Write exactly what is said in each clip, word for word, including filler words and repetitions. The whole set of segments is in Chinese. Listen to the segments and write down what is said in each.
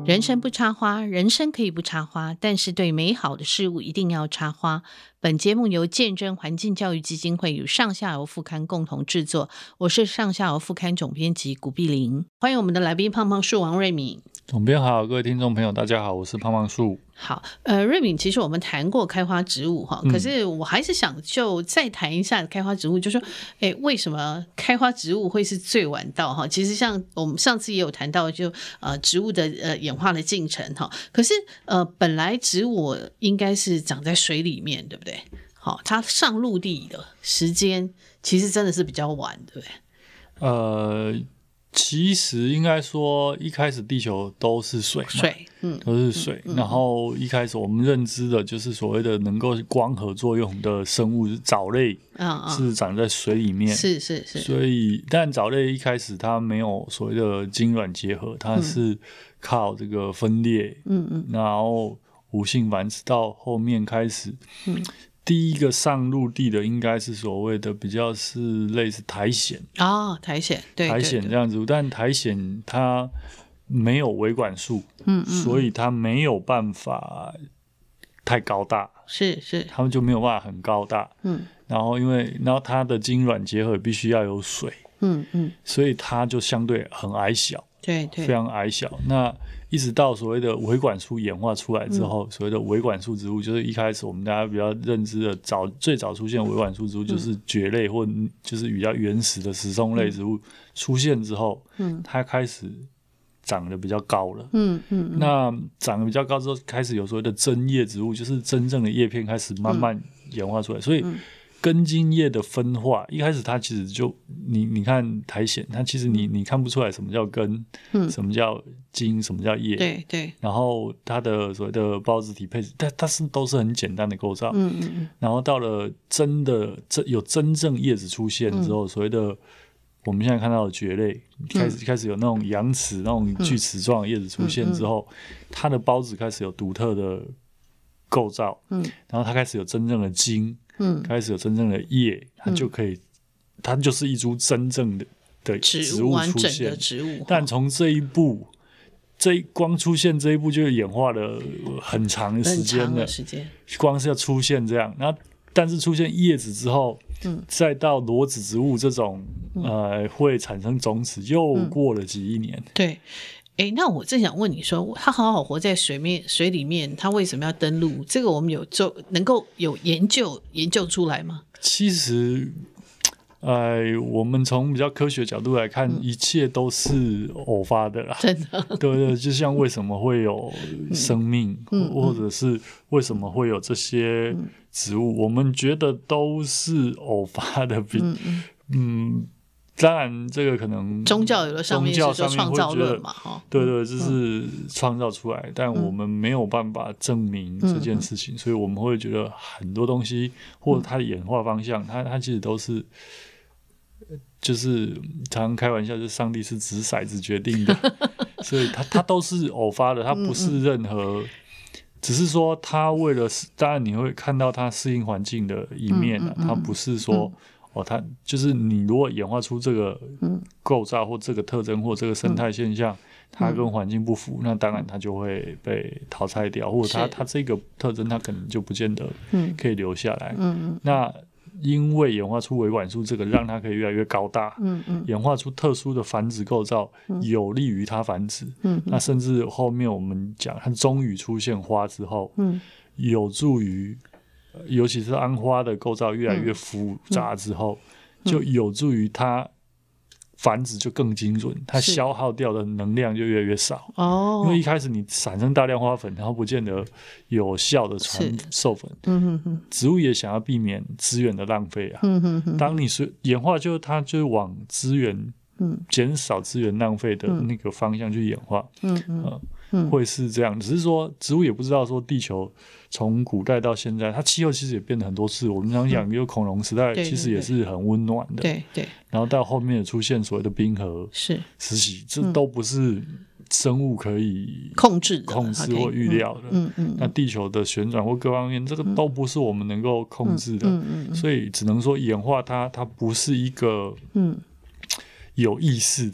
人生不插花，人生可以不插花，但是对美好的事物一定要插花。本节目由见证环境教育基金会与上下游副刊共同制作，我是上下游副刊总编辑古碧玲，欢迎我们的来宾胖胖树王瑞敏。 总编好，各位听众朋友大家好，我是胖胖树。 好，呃，瑞敏，其实我们谈过开花植物哈，可是我还是想就再谈一下开花植物，嗯、就说，哎，为什么开花植物会是最晚到哈？其实像我们上次也有谈到就，就呃植物的呃演化的进程哈，可是呃本来植物应该是长在水里面，对不对？好，它上陆地的时间其实真的是比较晚，对不对？ 呃。其实应该说，一开始地球都是水嘛， 水，嗯， 都是水。嗯、然后一开始我们认知的就是所谓的能够光合作用的生物，藻类，嗯嗯，是长在水里面， 是是是。 所以，但藻类一开始它没有所谓的精卵结合，它是靠这个分裂，嗯嗯，然后无性繁殖，到后面开始，嗯。第一个上陆地的应该是所谓的比较是类似苔藓啊，苔藓，对， 苔藓这样子，但苔藓它没有维管束，嗯嗯，所以它没有办法太高大， 是是， 它们就没有办法很高大，嗯，然后因为然后它的精卵结合必须要有水，嗯嗯，所以它就相对很矮小， 对对， 非常矮小。那一直到所谓的维管束演化出来之后，嗯、所谓的维管束植物，就是一开始我们大家比较认知的早最早出现的维管束植物，就是蕨类或就是比较原始的石松类植物出现之后，嗯、它开始长得比较高了。嗯嗯，那长得比较高之后，开始有所谓的针叶植物，就是真正的叶片开始慢慢演化出来，所以。嗯根茎叶的分化，一开始它其实就你你看苔藓，它其实你你看不出来什么叫根，嗯、什么叫茎，什么叫叶， 对对。 然后它的所谓的孢子体配置，它它是都是很简单的构造，嗯嗯嗯。然后到了真的真有真正叶子出现之后，嗯、所谓的我们现在看到的蕨类，开始、嗯、开始有那种羊齿那种锯齿状的叶子出现之后，嗯嗯、它的孢子开始有独特的构造，嗯，然后它开始有真正的茎。嗯、开始有真正的叶，它就可以，嗯、它就是一株真正的的植物出现。 植物， 但从这一步，这一光出现这一步就演化了很长的时间了。 时间， 光是要出现这样，然后但是出现叶子之后，嗯、再到裸子植物这种，嗯、呃，会产生种子，又过了几亿年。 嗯、对。哎，那我正想问你说，它好好活在水面水里面，它为什么要登陆？这个我们有就能够有研究研究出来吗？ 其实，呃，我们从比较科学角度来看，嗯、一切都是偶发的啦。 真的， 对对，就像为什么会有生命，嗯、或者是为什么会有这些植物，嗯、我们觉得都是偶发的。比嗯。嗯嗯当然，这个可能宗教有的上面是说创造论嘛，哈， 对对，这是创造出来，嗯、但我们没有办法证明这件事情，嗯、所以我们会觉得很多东西或者它的演化方向，嗯、它它其实都是，就是常常开玩笑，就是上帝是掷骰子决定的，所以它它都是偶发的，它不是任何，嗯、只是说它为了，当然你会看到它适应环境的一面啊，嗯、它不是说。嗯哦，它就是你如果演化出这个构造或这个特征或这个生态现象，嗯、它跟环境不符，嗯、那当然它就会被淘汰掉，或者它它这个特征它可能就不见得可以留下来。嗯、那因为演化出维管束这个，让它可以越来越高大，嗯嗯、演化出特殊的繁殖构造，嗯、有利于它繁殖。嗯、那甚至后面我们讲，它终于出现花之后，嗯、有助于。尤其是安花的构造越来越复杂之后，嗯嗯、就有助于它繁殖就更精准，它消耗掉的能量就越来越少。哦，因为一开始你产生大量花粉，然后不见得有效的传授粉。嗯哼哼，植物也想要避免资源的浪费啊。嗯哼哼，当你是演化就它就往资源，嗯，减少资源浪费的那个方向去演化。嗯嗯。呃嗯、会是这样，只是说植物也不知道说地球从古代到现在，它气候其实也变了很多次。我们常讲，有恐龙时代其实也是很温暖的， 对 对, 对。 然后到后面也出现所谓的冰河时期，这都不是生物可以控制的、 控制或预料的。嗯嗯。那地球的旋转或各方面，这个都不是我们能够控制的。嗯嗯嗯、所以只能说演化它，它不是一个嗯有意识的。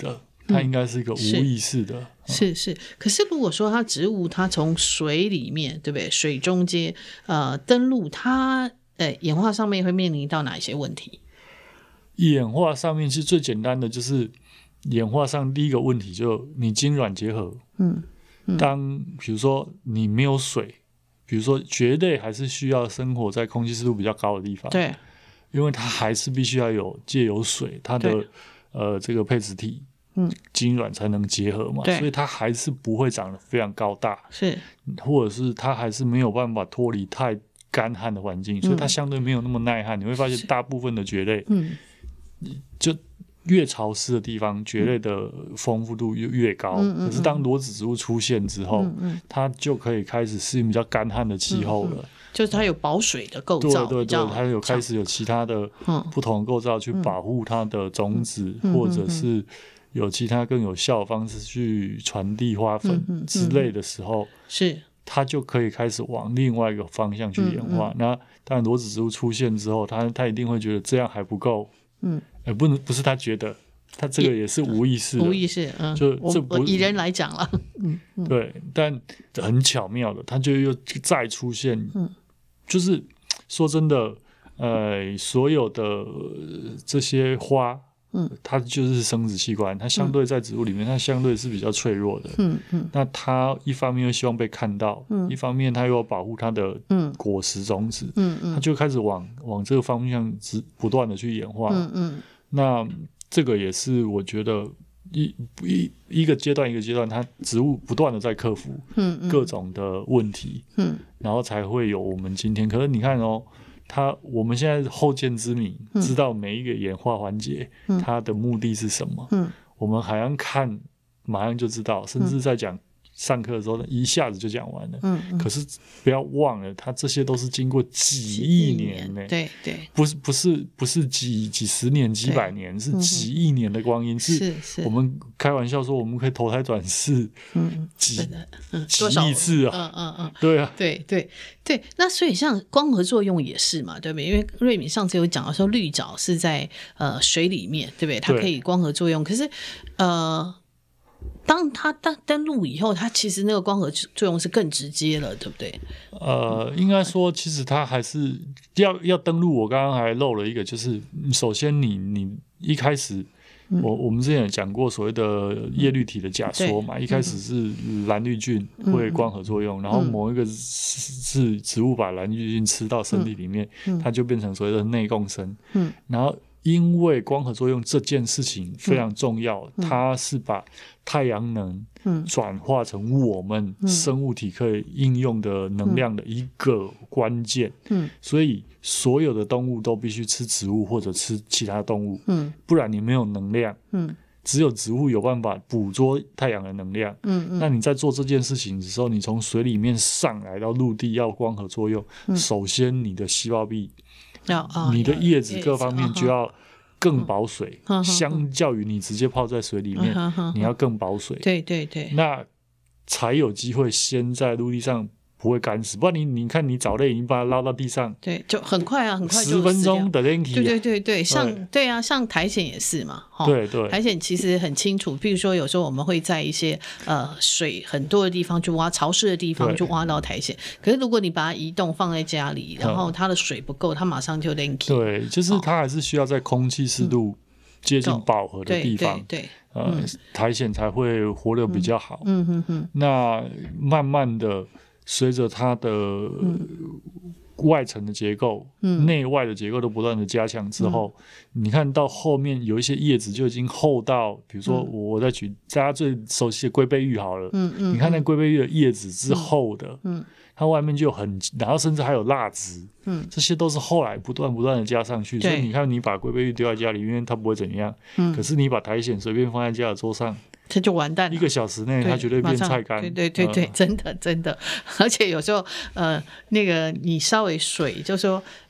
它应该是一个无意识的。 嗯、是是，可是如果说它植物它从水里面，对不对？水中间呃登陆，它呃演化上面会面临到哪一些问题？ 演化上面是最简单的，就是演化上第一个问题就你精卵结合。嗯。嗯当比如说你没有水，比如说蕨类还是需要生活在空气湿度比较高的地方， 对， 因为它还是必须要有借有水，它的呃这个配子体，嗯，精卵才能结合嘛，所以它还是不会长得非常高大， 是， 或者是它还是没有办法脱离太干旱的环境，所以它相对没有那么耐旱。嗯、你会发现大部分的蕨类，嗯，就越潮湿的地方，蕨类的丰富度越越高。嗯嗯嗯可是当裸子植物出现之后，嗯嗯它就可以开始适应比较干旱的气候了。嗯嗯就是它有保水的构造， 对对对，它有开始有其他的不同的构造去保护它的种子，嗯、或者是有其他更有效的方式去传递花粉之类的时候，是、嗯嗯、它就可以开始往另外一个方向去演化。嗯嗯那当然，裸子植物出现之后，它它一定会觉得这样还不够。嗯，呃，不能不是他觉得，他这个也是无意识的， 无意识，嗯， 就这不以人来讲了，嗯，嗯对，但很巧妙的，他就又再出现，嗯，就是说真的，呃，所有的这些花，嗯，它就是生殖器官，它相对在植物里面，它相对是比较脆弱的，嗯嗯，那它一方面又希望被看到，嗯，一方面它又要保护它的果实种子，嗯嗯，它就开始往往这个方向不断的去演化，嗯嗯，那这个也是我觉得一一一个阶段一个阶段，它植物不断的在克服，嗯嗯，各种的问题，嗯，然后才会有我们今天。可是你看哦。它我们现在后见之明，嗯、知道每一个演化环节、嗯、它的目的是什么。嗯、我们好像看马上就知道，甚至在讲上课的时候一下子就讲完了。嗯嗯、可是不要忘了，它这些都是经过几亿年呢、欸。对对，不是不是不是几几十年、几百年，是几亿年的光阴。是是，我们开玩笑说，我们可以投胎转世，嗯，几嗯几亿次啊。嗯嗯嗯，对啊， 对对。对，那所以像光合作用也是嘛，对不对？因为瑞敏上次有讲到说，绿藻是在呃水里面，对不对？它可以光合作用，可是呃，当它登登陆以后，它其实那个光合作用是更直接了，对不对？ 呃，应该说，其实它还是要要登陆。我刚刚还漏了一个，就是首先你你一开始。我我们之前有讲过所谓的叶绿体的假说嘛，一开始是蓝绿菌会光合作用，嗯、然后某一个是植物把蓝绿菌吃到身体里面，嗯、它就变成所谓的内共生。嗯、然后因为光合作用这件事情非常重要，嗯、它是把太阳能转化成我们生物体可以应用的能量的一个关键。嗯、所以所有的动物都必须吃植物或者吃其他动物，嗯、不然你没有能量。嗯、只有植物有办法捕捉太阳的能量。嗯嗯、那你在做这件事情的时候，你从水里面上来到陆地要光合作用，嗯、首先你的细胞壁、哦、你的叶子各方面就要更保水，嗯、相较于你直接泡在水里面，嗯、你要更保水。 对对对， 那才有机会先在陆地上不会干死，不然你你看你藻类已经把它捞到地上， 对，就很快啊，很快就十分钟的 Lenky， 对对对对，像 对, 对啊，像苔藓也是嘛， 对对， 苔藓其实很清楚，譬如说有时候我们会在一些呃水很多的地方去挖，潮湿的地方就挖到苔藓，可是如果你把它移动放在家里，然后它的水不够，它马上就 Lenky， 对，就是它还是需要在空气湿度接近饱和的地方， 对对对。 呃，嗯、苔藓才会活得比较好。嗯哼哼。那慢慢的，随着它的外层的结构、嗯、内外的结构都不断的加强之后，嗯、你看到后面有一些叶子就已经厚到，比如说我在举大家最熟悉的龟背芋好了，嗯嗯，你看那龟背芋的叶子是厚的，嗯。嗯它外面就很，然后甚至还有蜡质，嗯，这些都是后来不断不断的加上去，所以你看，你把龟背芋丢在家里，因为它不会怎样，嗯，可是你把苔藓随便放在家的桌上， 它就完蛋了， 一个小时内它绝对变菜干， 对对对对，呃、真的真的，而且有时候呃，那个你稍微水就说，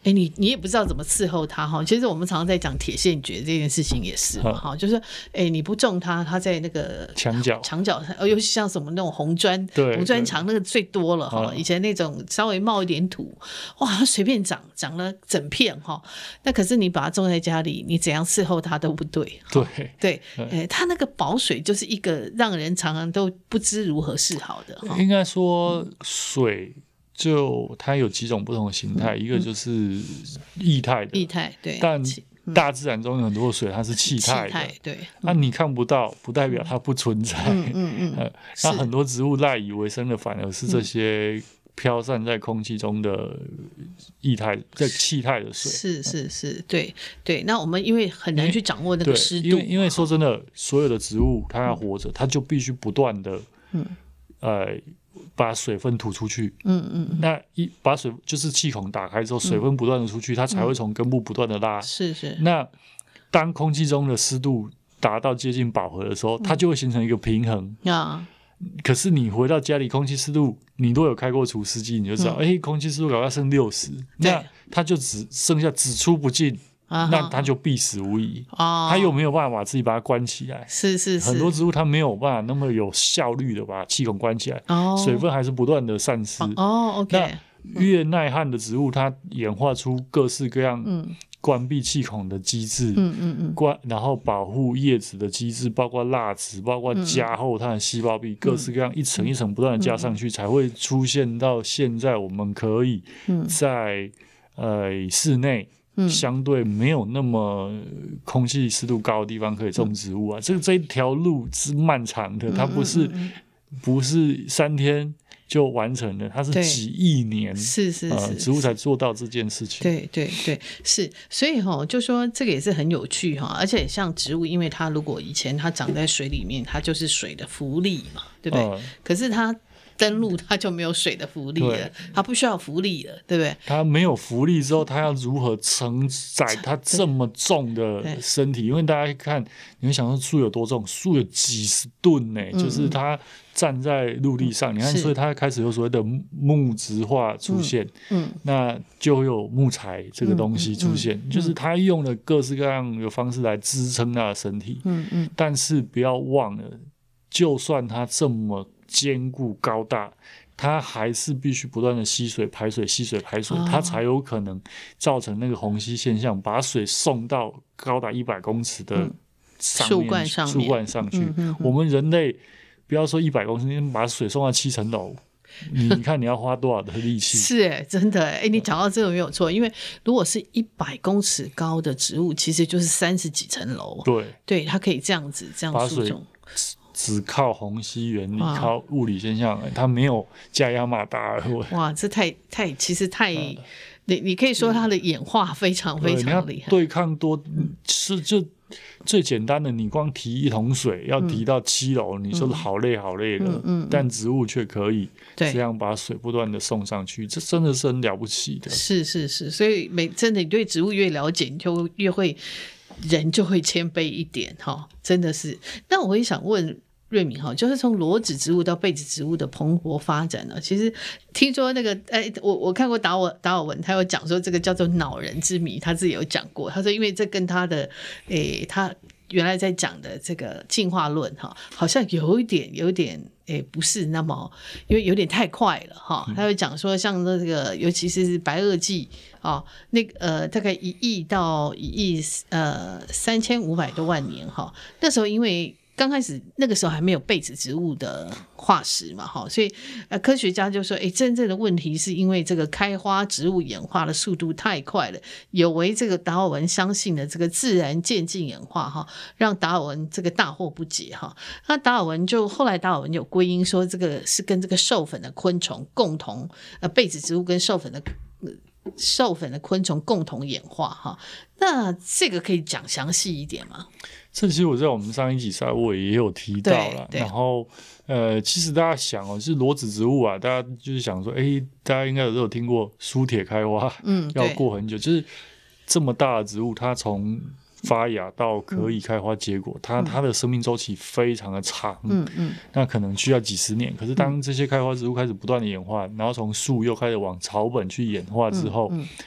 哎，你你也不知道怎么伺候它哈。其实我们常常在讲铁线蕨这件事情也是嘛哈，就是哎你不种它，它在那个墙角墙角，尤其像什么那种红砖红砖墙那个最多了哈。以前那种稍微冒一点土，哇，它随便长长了整片哈。那可是你把它种在家里，你怎样伺候它都不对。 对对，哎，它那个保水就是一个让人常常都不知如何是好的哈。 应该说水。就它有几种不同的形态，嗯、一个就是液态的， 液态对， 但大自然中有很多水它是气态的， 气态对， 那、嗯、你看不到，不代表它不存在。 嗯嗯嗯， 呃、那很多植物赖以为生的，反而是这些飘散在空气中的液态、在气态的水。 是是是，对对。那我们因为很难去掌握那个湿度， 因为因为说真的，所有的植物它要活着，它就必须不断的，嗯，呃。把水分吐出去，嗯嗯，那一把水就是气孔打开之后，水分不断的出去，它才会从根部不断的拉。 是是。 那当空气中的湿度达到接近饱和的时候，它就会形成一个平衡啊。可是你回到家里，空气湿度，你都有开过除湿机，你就知道，哎、嗯，空气湿度搞到剩六十，那它就只剩下只出不进。那它就必死无疑，哦、它又没有办法把自己把它关起来。 是是是， 很多植物它没有办法那么有效率的把气孔关起来，哦、水分还是不断的散失。 哦 ，OK。 那越耐旱的植物，它演化出各式各样关闭气孔的机制，嗯嗯嗯，关然后保护叶子的机制，包括蜡质，包括加厚它的细胞壁，嗯、各式各样一层一层不断的加上去，嗯、才会出现到现在我们可以在、嗯、呃室内。相对没有那么空气湿度高的地方可以种植物啊，嗯、这个这一条路是漫长的，它不是、嗯嗯嗯、不是三天就完成的，它是几亿年， 是是是、呃， 植物才做到这件事情。 对对对，是，所以哈、哦，就说这个也是很有趣哈，而且像植物，因为它如果以前它长在水里面，它就是水的浮力嘛，对不对？嗯、可是它登陆它就没有水的浮力了，它不需要浮力了，对不对？ 它没有浮力之后，它要如何承载它这么重的身体？因为大家看，你会想说树有多重？树有几十吨呢、欸，嗯、就是它站在陆地上，你看，所以它开始有所谓的木质化出现，嗯，嗯那就会有木材这个东西出现，嗯嗯、就是它用了各式各样的方式来支撑它的身体，嗯嗯，但是不要忘了，就算它这么坚固高大，它还是必须不断的吸水排水吸水排水、哦、它才有可能造成那个虹吸现象，把水送到高达一百公尺的上面、嗯、树冠上面树冠上去、嗯嗯嗯、我们人类不要说一百公尺，你把水送到七层楼你看你要花多少的力气是耶真的耶，你讲到这个没有错，因为如果是一百公尺高的植物其实就是三十几层楼， 对对，它可以这样子这样输送， 只靠虹吸原理，靠物理现象，它没有加压马达。 哇，这太太其实太，嗯、你你可以说它的演化非常非常厉害。 对抗多是就最简单的，你光提一桶水要提到七楼，嗯、你说好累好累的，嗯嗯嗯、但植物却可以这样把水不断的送上去，这真的是很了不起的。 是是是，所以每真的你对植物越了解，你就越会人就会谦卑一点哈，真的是。那我也想问瑞敏哈，就是从裸子植物到被子植物的蓬勃发展呢，其实听说那个哎，我我看过达尔达尔文，他有讲说这个叫做恼人之谜，他自己有讲过，他说因为这跟他的诶他原来在讲的这个进化论哈，好像有一点有一点诶不是那么，因为有点太快了哈，他会讲说像那个尤其是白垩纪啊，那个呃大概一亿到一亿呃三千五百多万年哈，那时候因为刚开始那个时候还没有被子植物的化石嘛，所以呃科学家就说，哎，真正的问题是因为这个开花植物演化的速度太快了，有违这个达尔文相信的这个自然渐进演化哈，让达尔文这个大惑不解哈。那达尔文就后来达尔文有归因说，这个是跟这个授粉的昆虫共同呃被子植物跟授粉的。呃授粉的昆虫共同演化哈，那这个可以讲详细一点吗？ 这其实我在我们上一集赛我也有提到了，然后呃，其实大家想哦，就是裸子植物啊，大家就是想说，哎，大家应该有都有听过苏铁开花，嗯，要过很久，就是这么大的植物，它从发芽到可以开花结果，嗯、它它的生命周期非常的长，嗯嗯，那可能需要几十年。可是当这些开花植物开始不断的演化，然后从树又开始往草本去演化之后，嗯嗯、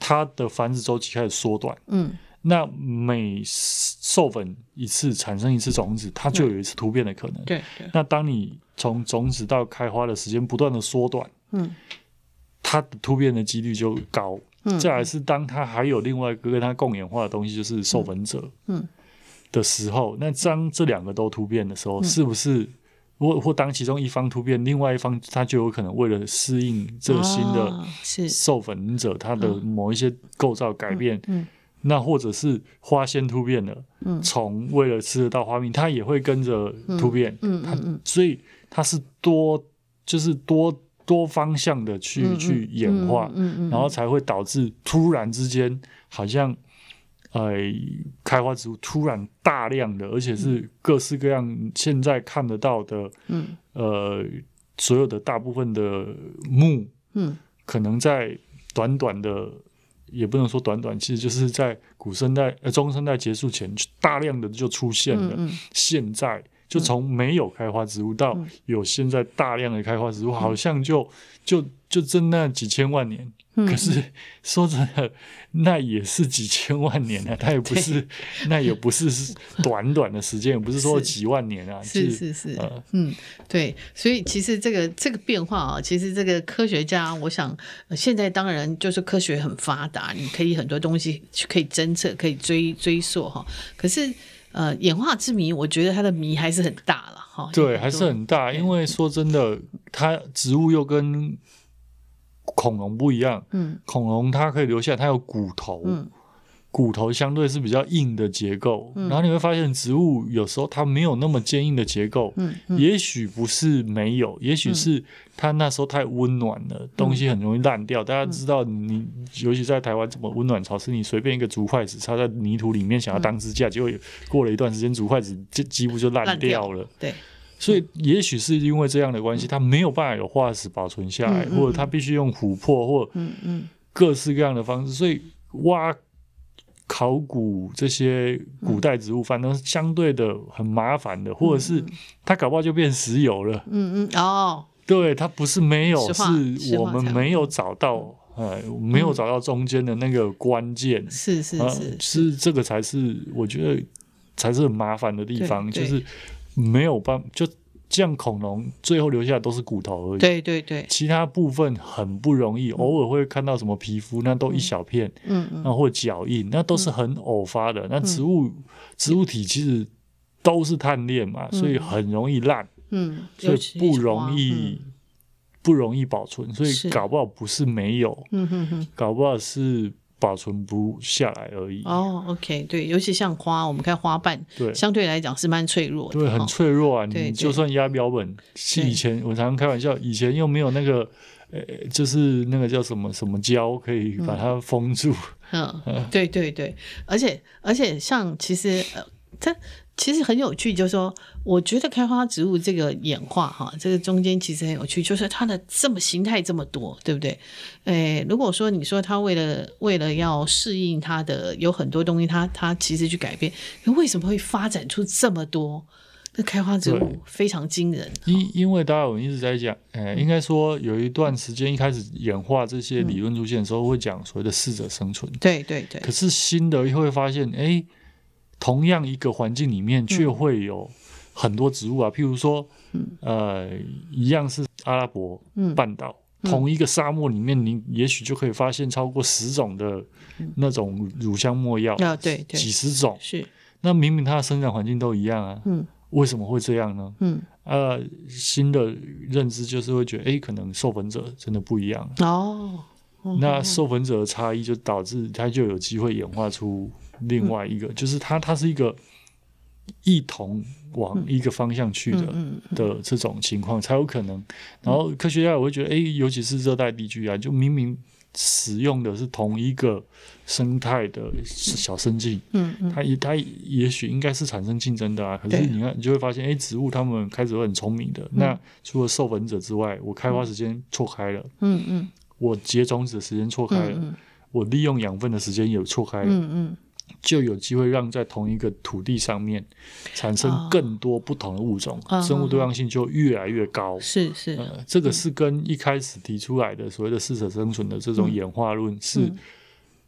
它的繁殖周期开始缩短， 嗯， 那每授粉一次产生一次种子，它就有一次突变的可能。 对对。 那当你从种子到开花的时间不断的缩短， 嗯， 它的突变的几率就高。 嗯， 再来是当它还有另外一个跟它共演化的东西，就是授粉者，嗯，的时候，那当这两个都突变的时候，嗯、是不是或或当其中一方突变，另外一方它就有可能为了适应这个新的授粉者，它的某一些构造改变，嗯，嗯那或者是花先突变了，嗯，虫为了吃得到花蜜，它也会跟着突变，嗯嗯嗯，所以它是多就是多。多方向的去、嗯、去演化、嗯嗯嗯，然后才会导致突然之间好像呃开花植物突然大量的，而且是各式各样现在看得到的，嗯、呃所有的大部分的木，嗯，可能在短短的也不能说短短，其实就是在古生代呃中生代结束前大量的就出现了，嗯嗯现在。就从没有开花植物到有现在大量的开花植物，嗯、好像就就就真那几千万年、嗯。可是说真的，那也是几千万年啊，它也不是，那也不是短短的时间，也不是说几万年啊。 是是是，呃、嗯，对，所以其实这个这个变化啊，其实这个科学家，我想、呃、现在当然就是科学很发达，你可以很多东西可以侦测，可以追追溯哈。可是。呃，演化之谜，我觉得它的谜还是很大了哈。 对，还是很大，因为说真的，它植物又跟恐龙不一样。嗯，恐龙它可以留下来，它有骨头。嗯。骨头相对是比较硬的结构、嗯、然后你会发现植物有时候它没有那么坚硬的结构、嗯嗯、也许不是没有，也许是它那时候太温暖了、嗯、东西很容易烂掉、嗯、大家知道你尤其在台湾这么温暖潮湿，你随便一个竹筷子插在泥土里面想要当支架、嗯、结果过了一段时间竹筷子几乎就烂掉了， 对， 所以也许是因为这样的关系、嗯、它没有办法有化石保存下来、嗯嗯、或者它必须用琥珀或各式各样的方式，所以挖考古这些古代植物反正相对的很麻烦的、嗯、或者是它搞不好就变石油了，嗯嗯哦，对，它不是没有，是我们没有找到、呃、没有找到中间的那个关键、嗯、是是是、呃、是这个才是我觉得才是很麻烦的地方，就是没有办法就像恐龙最后留下的都是骨头而已， 对对对， 其他部分很不容易、嗯、偶尔会看到什么皮肤那都一小片，嗯嗯，或脚印那都是很偶发的、嗯、那植物、嗯、植物体其实都是碳链嘛、嗯、所以很容易烂，嗯，所以不容易、嗯、不容易保存，所以搞不好不是没有，嗯哼哼，搞不好是保存不下来而已。 哦 ，OK， 对，尤其像花，我们看花瓣，对，相对来讲是蛮脆弱的， 对，很脆弱啊。你就算压标本，以前我常常开玩笑，以前又没有那个，呃，就是那个叫什么什么胶可以把它封住。 嗯，嗯对对对，而且而且像其实呃，它。其实很有趣，就是说我觉得开花植物这个演化哈，这个中间其实很有趣，就是它的这么形态这么多，对不对？诶，如果说你说它为了为了要适应它的有很多东西，它它其实去改变，为什么会发展出这么多？那开花植物非常惊人。 因因为大家我们一直在讲，诶，应该说有一段时间一开始演化这些理论出现的时候，会讲所谓的适者生存。 对对对。 可是新的会发现，诶。同样一个环境里面却会有很多植物啊，譬如说、嗯、呃，一样是阿拉伯半岛、嗯、同一个沙漠里面你也许就可以发现超过十种的那种乳香没药、 嗯、对对， 几十种， 是， 那明明它的生长环境都一样啊、嗯、为什么会这样呢？嗯呃，新的认知就是会觉得诶可能授粉者真的不一样哦，那授粉者的差异就导致它就有机会演化出另外一个、嗯、就是它它是一个一同往一个方向去的、嗯嗯嗯、的这种情况才有可能。然后科学家也会觉得，哎，尤其是热带地区啊，就明明使用的是同一个生态的小生境，嗯嗯，它也它也许应该是产生竞争的啊。可是你看，你就会发现，哎，植物它们开始会很聪明的。嗯、那除了授粉者之外，我开花时间错开了，嗯嗯，我结种子的时间错开了，嗯嗯，我利用养分的时间也错开了，嗯嗯。就有机会让在同一个土地上面产生更多不同的物种、哦、生物多样性就越来越高。是是、呃，这个是跟一开始提出来的所谓的适者生存的这种演化论是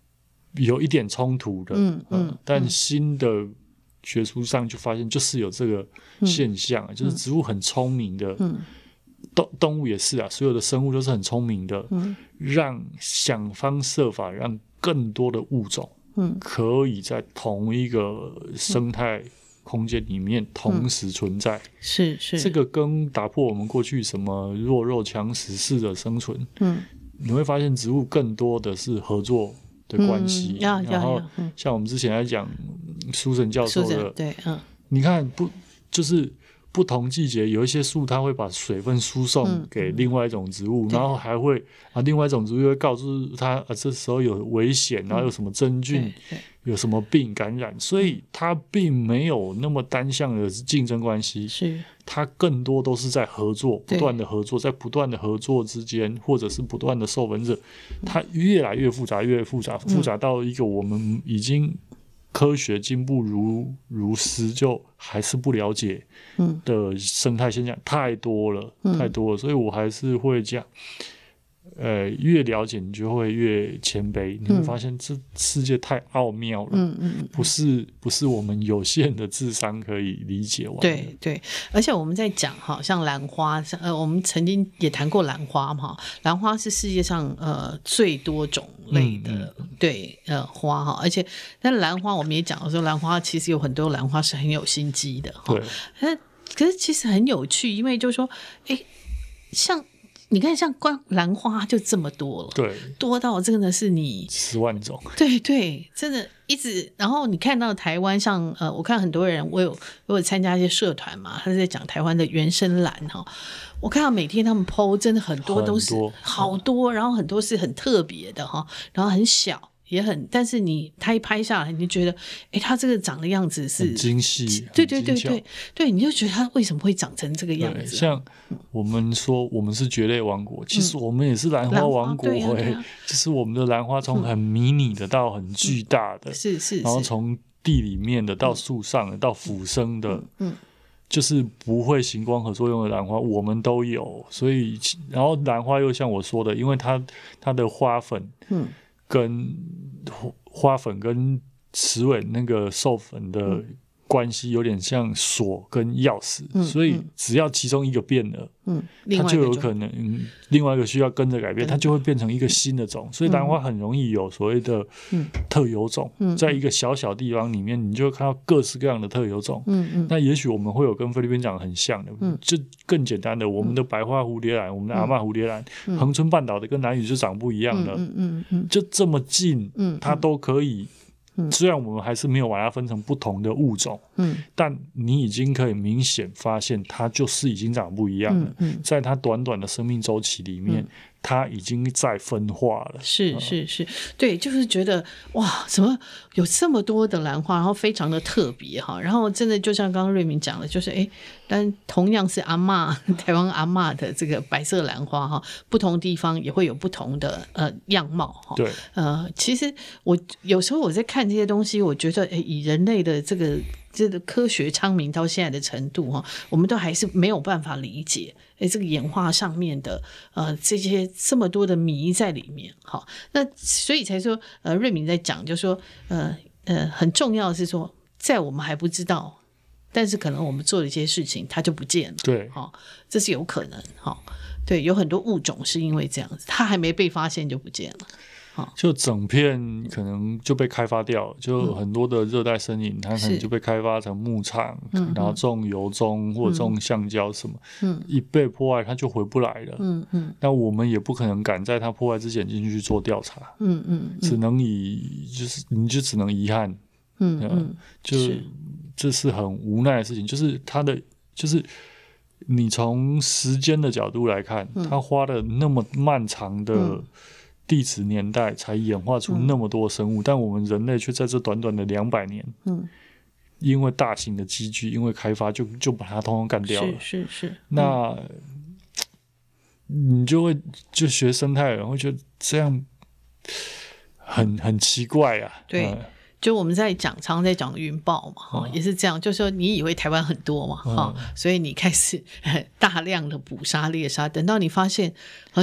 有一点冲突的， 嗯嗯呃，但新的学术上就发现就是有这个现象，嗯、就是植物很聪明的， 嗯， 动动物也是啊，所有的生物都是很聪明的， 嗯， 让想方设法让更多的物种， 嗯， 可以在同一个生态空间里面同时存在，嗯、 是是， 这个跟打破我们过去什么弱肉强食式的生存， 嗯， 你会发现植物更多的是合作的关系， 嗯、 然后像我们之前在讲苏神教授的， 对，嗯， 你看不就是不同季节有一些树它会把水分输送给另外一种植物，嗯、然后还会啊另外一种植物会告诉它啊这时候有危险，然后有什么真菌，有什么病感染，所以它并没有那么单向的竞争关系， 是它更多都是在合作，不断的合作，在不断的合作之间，或者是不断的授粉者，它越来越复杂，越复杂，复杂到一个我们已经科学进步如如斯，就还是不了解的生态现象太多了，嗯、太多了，所以我还是会讲。呃，越了解你就会越谦卑，你会发现这世界太奥妙了，嗯嗯，不是不是我们有限的智商可以理解完的。 对对，而且我们在讲哈，像兰花，呃，我们曾经也谈过兰花嘛，兰花是世界上呃最多种类的、嗯嗯、对呃花哈，而且但兰花我们也讲说，兰花其实有很多兰花是很有心机的哈，对，可是其实很有趣，因为就是说，哎，像。你看，像光兰花就这么多了， 对， 多到真的是你十万种， 对对，真的一直。然后你看到台湾像呃，我看很多人，我有我有参加一些社团嘛，他是在讲台湾的原生兰哈。我看到每天他们 po 真的很多都是好多，然后很多是很特别的哈，然后很小。也很，但是你他一拍下来，你就觉得，哎，他这个长的样子是很精细， 对对对对对，你就觉得他为什么会长成这个样子、啊？ 像我们说我们是蕨类王国，其实我们也是兰花王国、欸，哎、嗯啊啊，就是我们的兰花从很迷你的到很巨大的， 嗯、是, 是是， 然后从地里面的到树上的、嗯、到腐生的，嗯。就是不会行光合作用的兰花，我们都有，所以然后兰花又像我说的，因为它它的花粉，嗯。跟花粉跟雌蕊那个授粉的关系有点像锁跟钥匙、嗯、所以只要其中一个变了、嗯、它就有可能、嗯、另外一个需要跟着改变，它就会变成一个新的种，所以兰花很容易有所谓的特有种、嗯、在一个小小地方里面你就会看到各式各样的特有种、嗯、那也许我们会有跟菲律宾长得很像的、嗯、就更简单的我们的白花蝴蝶兰、嗯、我们的阿嬷蝴蝶兰、嗯、恒春半岛的跟兰屿就长不一样的、嗯嗯嗯、就这么近、嗯、它都可以，虽然我们还是没有把它分成不同的物种、嗯、但你已经可以明显发现它就是已经长不一样了、嗯嗯、在它短短的生命周期里面、嗯、它已经在分化了， 是是是，对，就是觉得哇，怎么有这么多的兰花，然后非常的特别哈，然后真的就像刚刚瑞明讲的，就是哎，但同样是阿嬷台湾阿嬷的这个白色兰花哈，不同地方也会有不同的呃样貌哈。 对， 呃，其实我有时候我在看这些东西，我觉得哎，以人类的这个这个科学昌明到现在的程度哈，我们都还是没有办法理解。哎，这个演化上面的呃这些这么多的谜在里面，好，那所以才说呃瑞敏在讲，就说呃呃很重要的是说，在我们还不知道，但是可能我们做了一些事情，它就不见了， 对， 好、哦，这是有可能，好、哦，对，有很多物种是因为这样子，它还没被发现就不见了。 就整片可能就被开发掉，就很多的热带森林、嗯、它可能就被开发成牧场、嗯、然后种油棕或者种橡胶什么、嗯、一被破坏它就回不来了，嗯嗯，那我们也不可能赶在它破坏之前进去做调查，嗯 嗯, 嗯，只能以就是你就只能遗憾，嗯嗯，就这是很无奈的事情，就是它的就是你从时间的角度来看、嗯、它花了那么漫长的、嗯地质年代才演化出那么多生物、嗯、但我们人类却在这短短的两百年、嗯、因为大型的机具因为开发就就把它通通干掉了， 是是是， 那、嗯、你就会就学生态人会觉得这样很很奇怪啊， 对、嗯，就我们在讲常常在讲云豹嘛、嗯、也是这样，就是说你以为台湾很多嘛、嗯、所以你开始大量的捕杀猎杀，等到你发现哎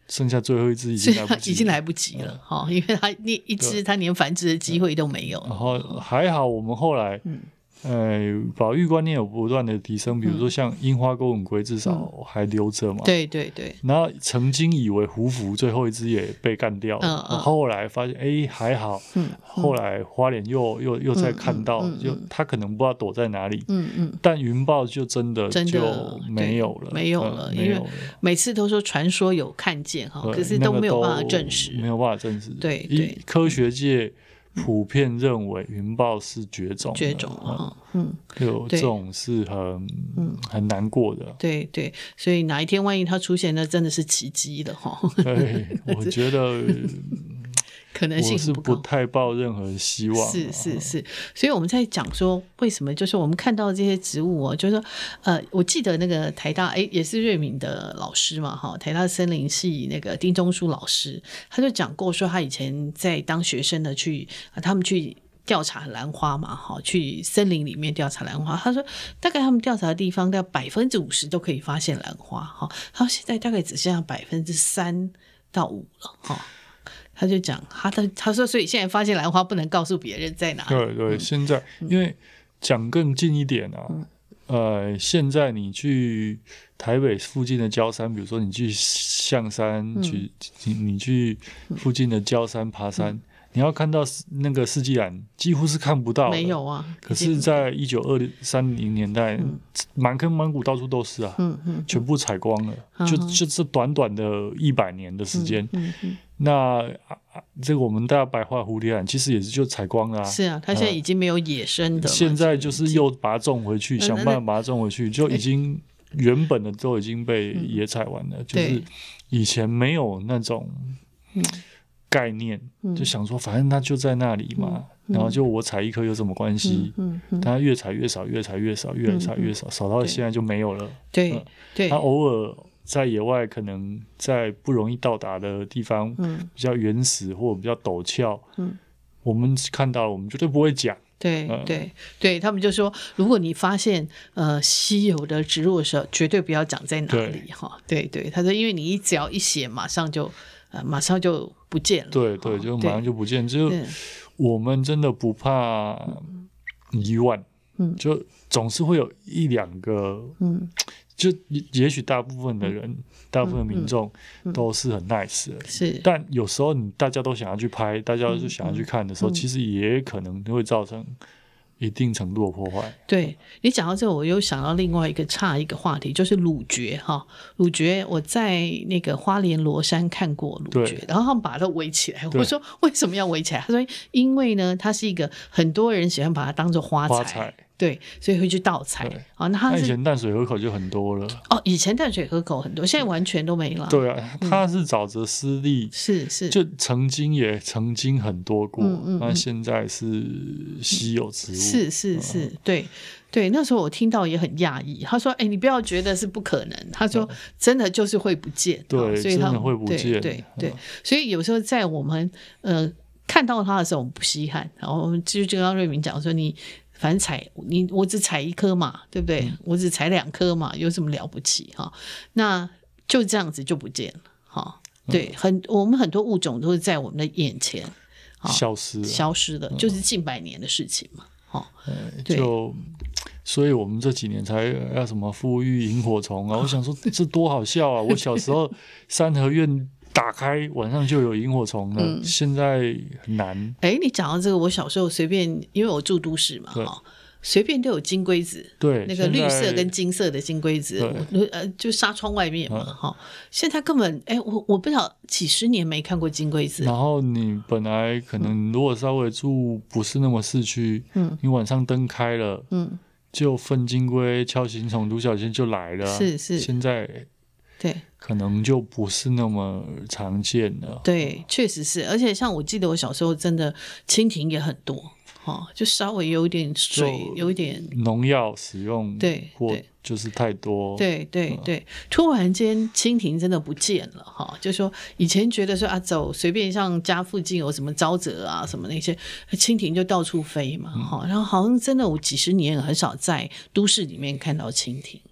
剩下最后一只已经来不及了， 已经来不及了、嗯、因为它一只它连繁殖的机会都没有。 然后还好我们后来、嗯呃，保育观念有不断的提升，比如说像樱花钩吻龟至少还留着嘛、嗯， 对对对。 然后曾经以为胡服最后一只也被干掉了，嗯嗯、后来发现哎还好、嗯，后来花莲又又又再看到，嗯嗯、就他可能不知道躲在哪里，嗯嗯，但云豹就真的就没有了， 没有了、嗯，因为每次都说传说有看见哈，可是都没有办法证实， 没有办法证实， 对对， 科学界普遍认为云豹是绝种， 绝种啊，嗯， 就这种是很、嗯、很难过的， 对对，所以哪一天万一它出现，那真的是奇迹了哈。 对，我觉得可能性我是不太抱任何希望， 是是是，所以我们在讲说为什么，就是我们看到这些植物哦，就是说呃，我记得那个台大哎也是瑞敏的老师嘛哈，台大森林系那个丁中书老师，他就讲过说他以前在当学生的去，他们去调查兰花嘛哈，去森林里面调查兰花，他说大概他们调查的地方大概百分之五十都可以发现兰花哈，他说现在大概只剩下百分之三到五了哈。他就讲他的他说，所以现在发现兰花不能告诉别人在哪里。 对对，嗯、现在因为讲更近一点啊、嗯，呃，现在你去台北附近的郊山，比如说你去象山，嗯、去你你去附近的郊山爬山。嗯，你要看到那个四季兰几乎是看不到的， 没有啊。 可是在一九二三零年代，嗯、满坑满谷到处都是啊，嗯嗯、全部采光了，嗯、就就是短短的一百年的时间。嗯嗯嗯、那、啊、这个我们大家白化蝴蝶兰其实也是就采光了啊。 是啊，它现在已经没有野生的、呃， 现在就是又把它种回去，嗯、想办法把它种回去，就已经原本的都已经被野采完了，嗯、就是以前没有那种。嗯概念就想说反正它就在那里嘛、嗯、然后就我采一颗有什么关系、嗯嗯、它越采越少越采越少越采越少、嗯、少到现在就没有了。 对、嗯、对， 它偶尔在野外可能在不容易到达的地方、嗯、比较原始或者比较陡峭、嗯、我们看到我们绝对不会讲。 对对对，他们就说如果你发现呃稀有的植物的时候绝对不要讲在哪里哈。对对，他说因为你一只要一写马上就呃马上就不见了。 对对，就马上就不见，就我们真的不怕遗忘、嗯、就总是会有一两个、嗯、就也许大部分的人、嗯、大部分民众都是很 nice 的、嗯、是，但有时候你大家都想要去拍，大家都想要去看的时候、嗯、其实也可能会造成一定程度的破坏。 对，你讲到这个我又想到另外一个差一个话题，就是鲁蕨哈。鲁蕨我在那个花莲罗山看过鲁蕨，然后他们把它围起来，我说为什么要围起来，他说因为呢它是一个很多人喜欢把它当作花材，花材对，所以会去盗采。哦，那它是以前淡水河口就很多了。 哦，以前淡水河口很多，现在完全都没了。 对啊，它是沼泽湿地， 是是， 就曾经也曾经很多过，那、嗯嗯、现在是稀有植物。 是是是，嗯、对对，那时候我听到也很讶异，他说：“哎，你不要觉得是不可能。”他说：“真的就是会不见。” 对， 所以他真的会不见。 对对对，所以有时候在我们呃看到它的时候，我们不稀罕。然后我们就就刚刚瑞敏讲说你。反正采你我只采一颗嘛，对不对？嗯、我只采两颗嘛，有什么了不起哈？那就这样子就不见了哈。对，很我们很多物种都是在我们的眼前消失消失的，就是近百年的事情嘛。哈、 嗯，对，就所以我们这几年才要什么富裕萤火虫啊！我想说这多好笑啊！我小时候三合院。打开晚上就有萤火虫了、嗯，现在很难。 哎，你讲到这个，我小时候随便，因为我住都市嘛，哈，随便都有金龟子， 对， 那个绿色跟金色的金龟子，呃，就纱窗外面嘛，哈、嗯。现在根本，哎，我我不知道几十年没看过金龟子。 然后你本来可能如果稍微住不是那么市区，嗯，你晚上灯开了，嗯，就粪金龟、锹形虫、独角仙就来了， 是是， 现在。 对， 可能就不是那么常见了。 对，确实是，而且像我记得我小时候真的蜻蜓也很多，哦，就稍微有一点水，有一点农药使用， 对， 或就是太多， 对对对、嗯，突然间蜻蜓真的不见了哈，就说以前觉得说啊，走随便像家附近有什么沼泽啊什么那些，蜻蜓就到处飞嘛哈、嗯，然后好像真的我几十年很少在都市里面看到蜻蜓。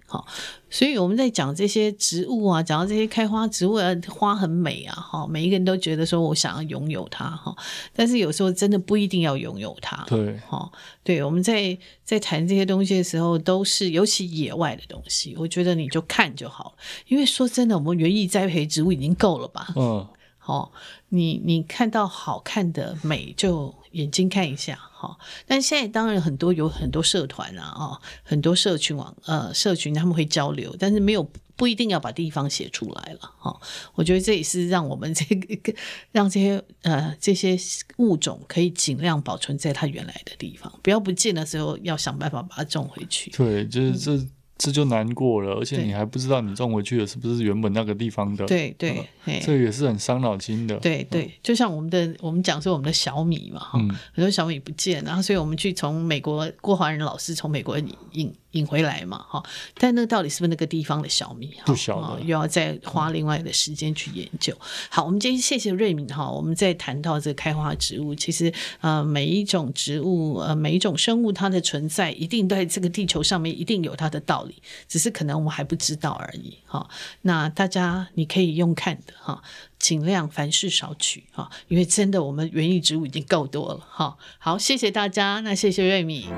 哈。所以我们在讲这些植物啊，讲到这些开花植物啊，花很美啊，哈，每一个人都觉得说我想要拥有它哈，但是有时候真的不一定要拥有它。 对， 哈，对，我们在在谈这些东西的时候，都是尤其野外的东西，我觉得你就看就好了，因为说真的，我们园艺栽培植物已经够了吧？ 嗯。 哦，你你看到好看的美就眼睛看一下哈、哦，但现在当然很多有很多社团啊，哦，很多社群网呃社群他们会交流，但是没有不一定要把地方写出来了哈、哦。我觉得这也是让我们这个让这些呃这些物种可以尽量保存在它原来的地方，不要不见的时候要想办法把它种回去。 对，就是这。嗯这就难过了，而且你还不知道你种回去的是不是原本那个地方的。 对对、呃， 这也是很伤脑筋的。 对对，嗯、就像我们的我们讲说我们的小米嘛，哈、嗯，很多小米不见，然后所以我们去从美国郭华仁老师从美国引引回来嘛，哈，但那到底是不是那个地方的小米？ 不晓得， 又要再花另外的时间去研究。好，我们今天谢谢瑞敏哈，我们在谈到这个开花植物，其实呃每一种植物呃每一种生物它的存在，一定在这个地球上面一定有它的道理，只是可能我们还不知道而已哈。那大家你可以用看的哈，尽量凡事少取哈，因为真的我们园艺植物已经够多了哈。好，谢谢大家，那谢谢瑞敏。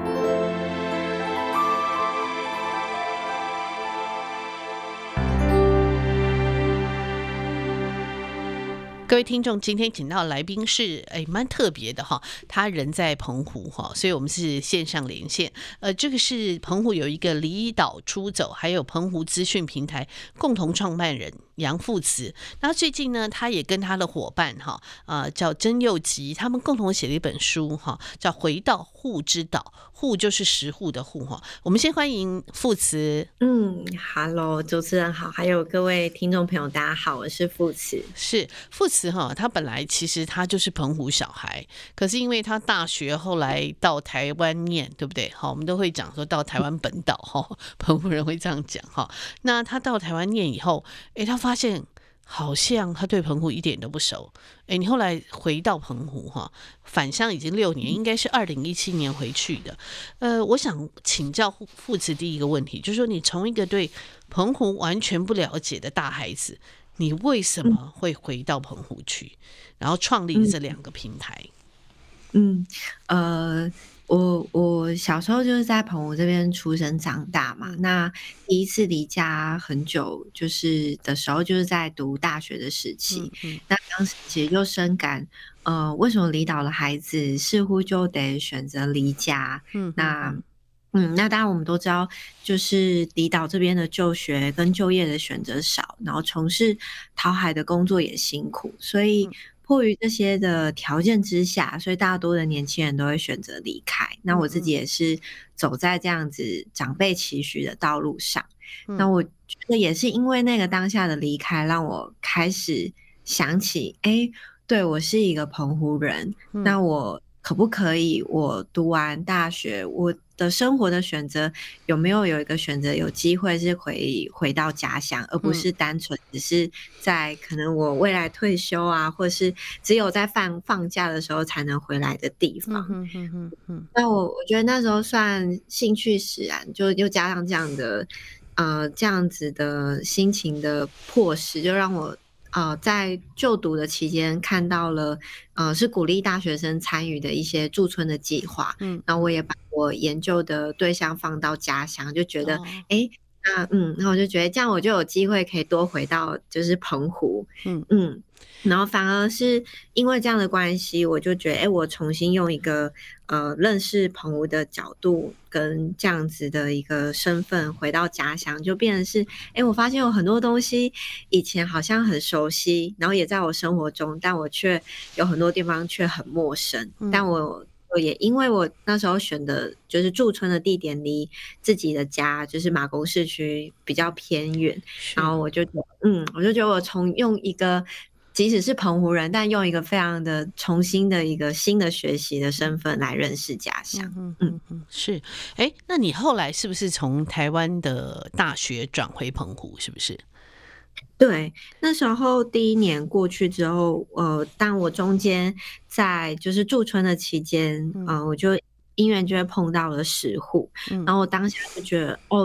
各位听众，今天请到的来宾是哎蛮特别的哈，他人在澎湖哈，所以我们是线上连线。呃，这个是澎湖有一个离岛出走，还有澎湖资讯平台共同创办人杨富慈。那最近呢，他也跟他的伙伴哈，呃，叫曾佑吉，他们共同写了一本书哈，叫《回到户之岛》，户就是石户的户哈。我们先欢迎富慈。 嗯 ，Hello， 主持人好，还有各位听众朋友，大家好，我是富慈。 是富慈。他本来其实他就是澎湖小孩，可是因为他大学后来到台湾念，对不对？好，我们都会讲说到台湾本岛哈，澎湖人会这样讲哈。那他到台湾念以后，哎，他发现好像他对澎湖一点都不熟。哎，你后来回到澎湖哈，返乡已经六年，应该是二零一七年回去的。呃，我想请教富慈第一个问题，就是说你从一个对澎湖完全不了解的大孩子，你为什么会回到澎湖去，然后创立这两个平台？ 嗯，呃，我我小时候就是在澎湖这边出生长大嘛。那第一次离家很久，就是的时候，就是在读大学的时期。嗯嗯、那当时其实就深感，呃，为什么离岛的孩子似乎就得选择离家？嗯，那。嗯，那当然我们都知道，就是离岛这边的就学跟就业的选择少，然后从事讨海的工作也辛苦，所以迫于这些的条件之下，所以大多的年轻人都会选择离开。那我自己也是走在这样子长辈期许的道路上。嗯、那我觉得也是因为那个当下的离开，让我开始想起，哎，对，我是一个澎湖人，嗯、那我可不可以我读完大学，我的生活的选择有没有有一个选择有机会是回回到家乡，而不是单纯只是在可能我未来退休啊，或是只有在放放假的时候才能回来的地方。嗯嗯嗯嗯、那我我觉得那时候算兴趣使然，就又加上这样的呃这样子的心情的迫使，就让我呃，在就读的期间看到了，呃，是鼓励大学生参与的一些驻村的计划，嗯，然后我也把我研究的对象放到家乡，就觉得，哎、哦，那嗯，那我就觉得这样我就有机会可以多回到就是澎湖，嗯嗯，然后反而是因为这样的关系，我就觉得，哎，我重新用一个呃认识澎湖的角度跟这样子的一个身份回到家乡，就变成是，哎，我发现有很多东西以前好像很熟悉，然后也在我生活中，但我却有很多地方却很陌生，嗯、但我。我也因为我那时候选的就是驻村的地点离自己的家就是马公市区比较偏远，然后我就觉得嗯，我就觉得我从用一个即使是澎湖人，但用一个非常的重新的一个新的学习的身份来认识家乡。嗯嗯嗯，是。哎，那你后来是不是从台湾的大学转回澎湖？是不是？ 对，那时候第一年过去之后，呃，但我中间在就是驻村的期间，嗯、呃，我就因缘就会碰到了石户，嗯、然后我当下就觉得，哦，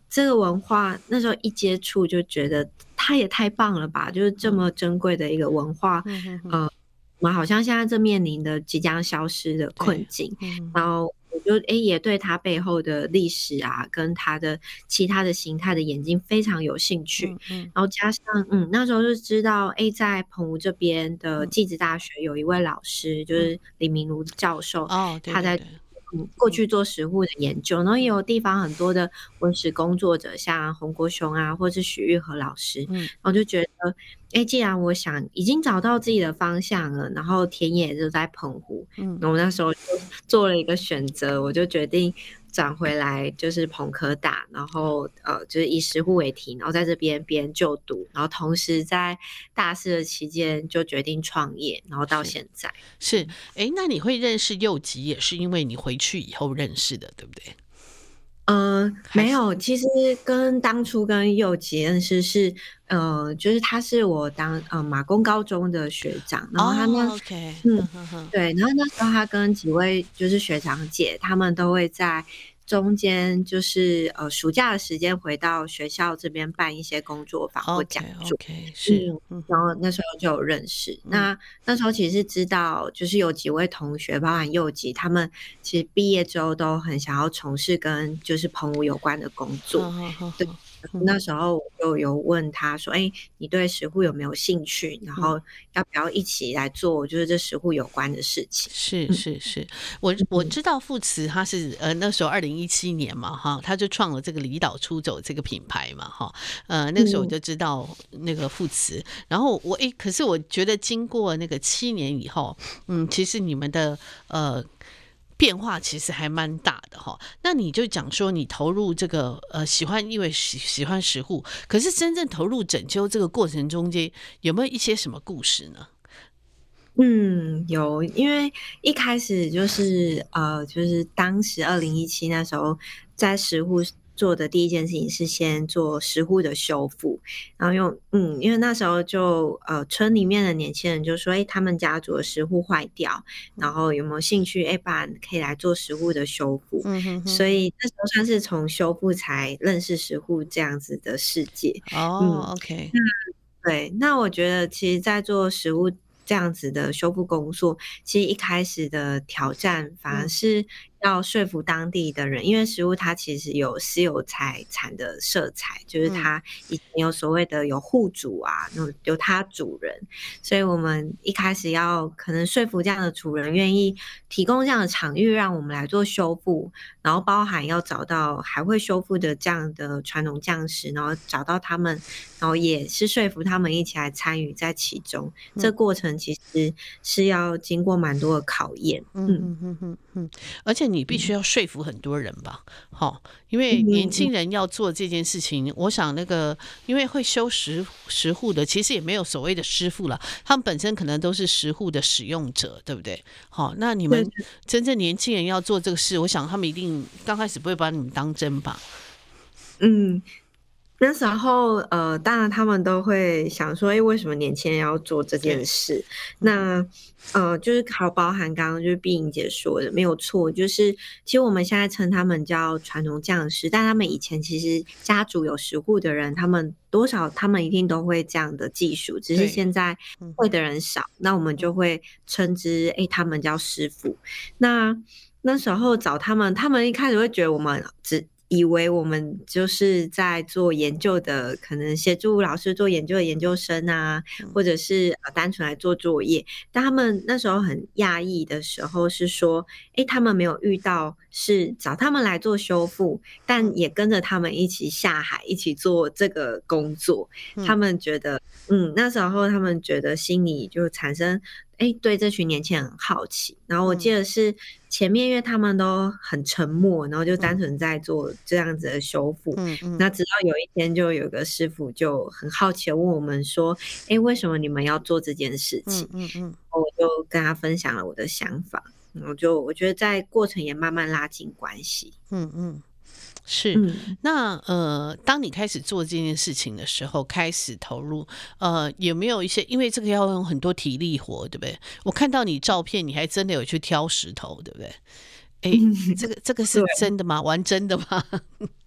这个文化那时候一接触就觉得它也太棒了吧，就是这么珍贵的一个文化，嗯、呃，我们好像现在正面临的即将消失的困境，嗯、然后我就哎也对它背后的历史啊，跟它的其他的形态的演进非常有兴趣，嗯嗯、然后加上嗯那时候就知道哎在澎湖这边的技职大学有一位老师，嗯、就是李明如教授，哦，对对对，他在嗯，过去做食物的研究，然后也有地方很多的文史工作者，像洪国雄啊，或是许玉和老师，嗯，然后就觉得，哎，既然我想已经找到自己的方向了，然后田野就在澎湖，嗯，然后我那时候就做了一个选择，我就决定转回来，就是澎科大，然后呃，就是以食护为题，然后在这边边就读，然后同时在大四的期间就决定创业，然后到现在是，哎，那你会认识佑吉也是因为你回去以后认识的，对不对？ 呃，没有，其实跟当初跟佑吉认识是，呃，就是他是我当呃马公高中的学长，然后他那、 oh, okay. 嗯对，然后那时候他跟几位就是学长姐，他们都会在中间就是呃暑假的时间回到学校这边办一些工作坊或讲座， okay, okay, 是、 嗯，然后那时候就有认识。嗯、那那时候其实是知道，就是有几位同学，包含佑吉，他们其实毕业之后都很想要从事跟就是澎湖有关的工作，哦哦、对。那时候我就有问他说：“哎、欸，你对食护有没有兴趣？然后要不要一起来做就是这食护有关的事情？” 是是是，我我知道富慈他是呃那时候二零一七年嘛哈，他就创了这个离岛出走这个品牌嘛哈，呃那个时候我就知道那个富慈，然后我哎、欸，可是我觉得经过那个七年以后，嗯，其实你们的呃。变化其实还蛮大的哈，那你就讲说你投入这个呃喜欢，因为喜喜欢食护，可是真正投入整修这个过程中间有没有一些什么故事呢？ 嗯，有，因为一开始就是呃，就是当时二零一七那时候在食护做的第一件事情是先做食护的修复，然后用嗯，因为那时候就呃村里面的年轻人就说，哎，他们家族的食护坏掉，然后有没有兴趣？哎，不然可以来做食护的修复。嗯哼哼，所以那时候算是从修复才认识食护这样子的世界。 哦、 嗯、 ，OK， 那对，那我觉得其实，在做食护这样子的修复工作，其实一开始的挑战反而是要说服当地的人，嗯、因为食护它其实有私有财产的色彩，就是它以前有所谓的有户主啊，有它主人，所以我们一开始要可能说服这样的主人愿意提供这样的场域让我们来做修复，然后包含要找到还会修复的这样的传统匠师，然后找到他们，然后也是说服他们一起来参与在其中，嗯、这过程其实是要经过蛮多的考验。 嗯嗯嗯嗯嗯，而且你必须要说服很多人吧，好、嗯，因为年轻人要做这件事情，嗯、我想那个因为会修食食护的，其实也没有所谓的师傅了，他们本身可能都是食护的使用者，对不对？好，那你们真正年轻人要做这个事，我想他们一定刚开始不会把你们当真吧？ 嗯。那时候，呃，当然他们都会想说，哎，为什么年轻人要做这件事？那，呃，就是好包含刚刚就是碧莹姐说的，没有错，就是其实我们现在称他们叫传统匠师，但他们以前其实家族有食护的人，他们多少他们一定都会这样的技术，只是现在会的人少，那我们就会称之，哎，他们叫师傅。那那时候找他们，他们一开始会觉得我们只以为我们就是在做研究的，可能协助老师做研究的研究生啊，或者是呃单纯来做作业。但他们那时候很讶异的时候是说，诶，他们没有遇到是找他们来做修复，但也跟着他们一起下海，一起做这个工作。他们觉得，嗯，那时候他们觉得心里就产生。哎，对这群年轻人很好奇，然后我记得是前面因为他们都很沉默，然后就单纯在做这样子的修复。嗯嗯，那直到有一天，就有个师傅就很好奇的问我们说：“哎，为什么你们要做这件事情？”嗯嗯嗯，我就跟他分享了我的想法，我就我觉得在过程也慢慢拉近关系。 嗯嗯。是，嗯、那呃，当你开始做这件事情的时候，开始投入，呃，有没有一些？因为这个要用很多体力活，对不对？我看到你照片，你还真的有去挑石头，对不对？哎，这个这个是真的吗？玩真的吗？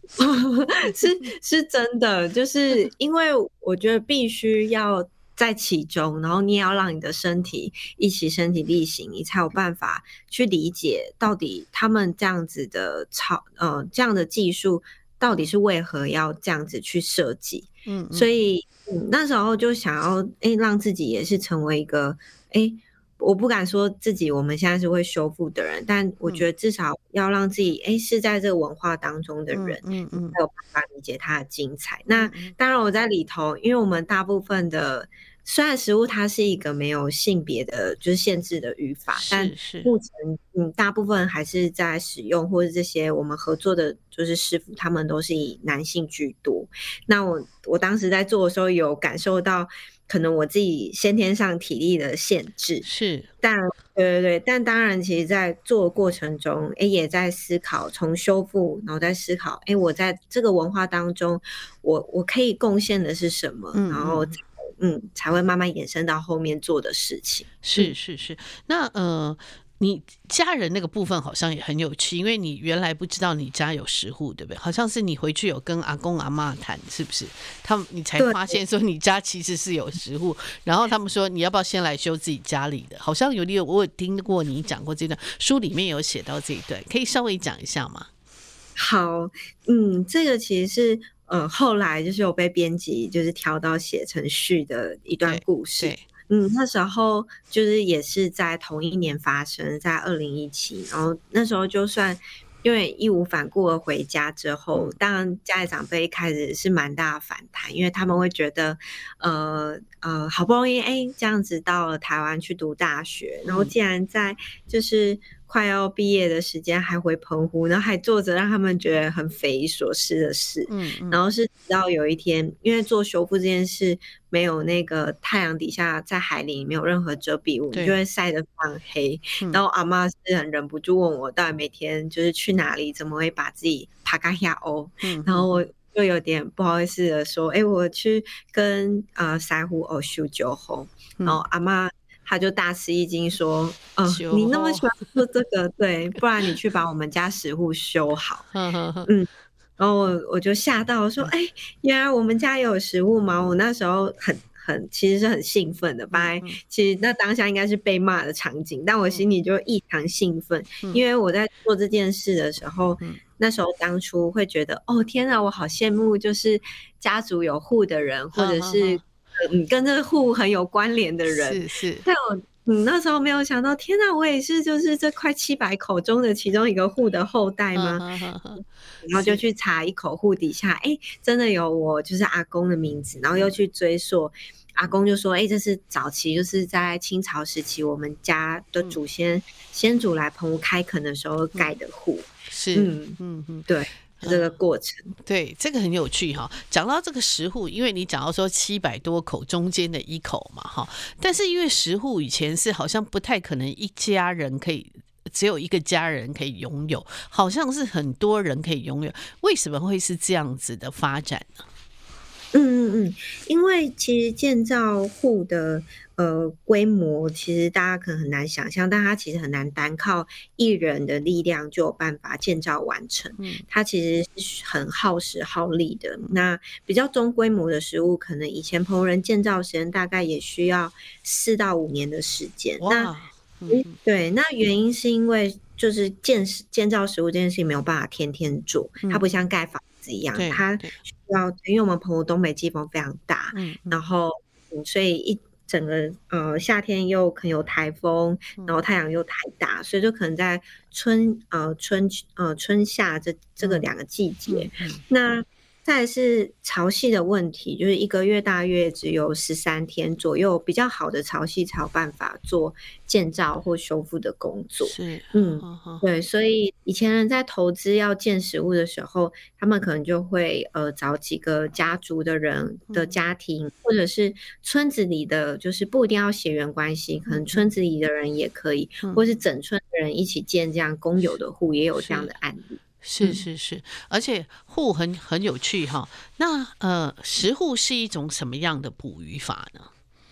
是是真的，就是因为我觉得必须要在其中，然后你也要让你的身体一起身体力行，你才有办法去理解到底他们这样子的超呃这样的技术到底是为何要这样子去设计。嗯, 嗯，所以、嗯、那时候就想要哎让自己也是成为一个哎。我不敢说自己我们现在是会修复的人，但我觉得至少要让自己哎、嗯、是在这个文化当中的人，嗯嗯，才有办法理解它的精彩。嗯嗯，那当然我在里头，因为我们大部分的虽然食物它是一个没有性别的就是限制的语法，但目前嗯大部分还是在使用，或者这些我们合作的就是师傅他们都是以男性居多。那我我当时在做的时候有感受到可能我自己先天上体力的限制， 是， 但对对对，但当然，其实，在做的过程中，哎，也在思考从修复，然后在思考，哎，我在这个文化当中，我我可以贡献的是什么，嗯、然后嗯，才会慢慢延伸到后面做的事情。 是是是，那呃。你家人那个部分好像也很有趣，因为你原来不知道你家有食户，对不对？好像是你回去有跟阿公阿嬷谈，是不是？他们你才发现说你家其实是有食户，然后他们说你要不要先来修自己家里的？好像有你有我有听过你讲过这段，书里面有写到这一段，可以稍微讲一下吗？ 好，嗯，这个其实是呃后来就是有被编辑就是挑到写成序的一段故事。对对嗯，那时候就是也是在同一年发生，在二零一七，然后那时候就算因为义无反顾的回家之后，当然家里长辈一开始是蛮大的反弹，因为他们会觉得，呃呃，好不容易哎这样子到了台湾去读大学，然后竟然在就是快要毕业的时间还回澎湖，然后还做着让他们觉得很匪夷所思的事。嗯嗯，然后是直到有一天，因为做修复这件事没有那个太阳底下在海里没有任何遮蔽物，你就会晒得非常黑。嗯、然后阿嬷是很忍不住问我，到底每天就是去哪里，怎么会把自己爬嘎下欧？嗯，然后我就有点不好意思的说，哎、欸，我去跟呃腮胡欧修酒后，然后阿嬷。他就大吃一惊说：“嗯、呃，你那么喜欢做这个，对，不然你去把我们家食户修好。”嗯，然后我我就吓到说：“哎、欸，原来我们家也有食物吗？”我那时候很很其实是很兴奋的，本来其实那当下应该是被骂的场景，但我心里就异常兴奋，因为我在做这件事的时候，那时候当初会觉得：“哦，天啊，我好羡慕，就是家族有户的人，或者是。”嗯，跟这个户很有关联的人， 是是。 但我嗯那时候没有想到，天哪，我也是就是这快七百口中的其中一个户的后代吗？然后就去查一口户底下，哎，真的有我就是阿公的名字，然后又去追溯，阿公就说，哎，这是早期就是在清朝时期我们家的祖先、嗯、先祖来澎湖开垦的时候盖的户， 是，嗯嗯嗯， 对。这个过程、嗯、 对，这个很有趣哈。讲到这个食户，因为你讲到说七百多口中间的一口嘛哈，但是因为食户以前是好像不太可能一家人可以只有一个家人可以拥有，好像是很多人可以拥有，为什么会是这样子的发展呢？ 嗯嗯嗯，因为其实建造户的呃规模，其实大家可能很难想象，但它其实很难单靠一人的力量就有办法建造完成。嗯，它其实是很耗时耗力的。那比较中规模的食物，可能以前澎湖人建造时间大概也需要四到五年的时间。那嗯，对，那原因是因为就是建建造食物这件事情没有办法天天做，它不像盖房子一样，它需要，因为我们澎湖东北季风非常大，嗯，然后、嗯、所以一整个呃夏天又可能有台风，然后太阳又太大，所以就可能在春呃春呃春夏这这个两个季节，嗯嗯、那。再来是潮汐的问题，就是一个月大约只有十三天左右，比较好的潮汐才有办法做建造或修复的工作。 是， 嗯，对，所以以前人在投资要建食物的时候，他们可能就会呃找几个家族的人的家庭，嗯、或者是村子里的，就是不一定要血缘关系，可能村子里的人也可以，嗯、或是整村的人一起建这样公有的户，也有这样的案例。 是是是，而且户很很有趣哈。那呃，食户是一种什么样的捕鱼法呢？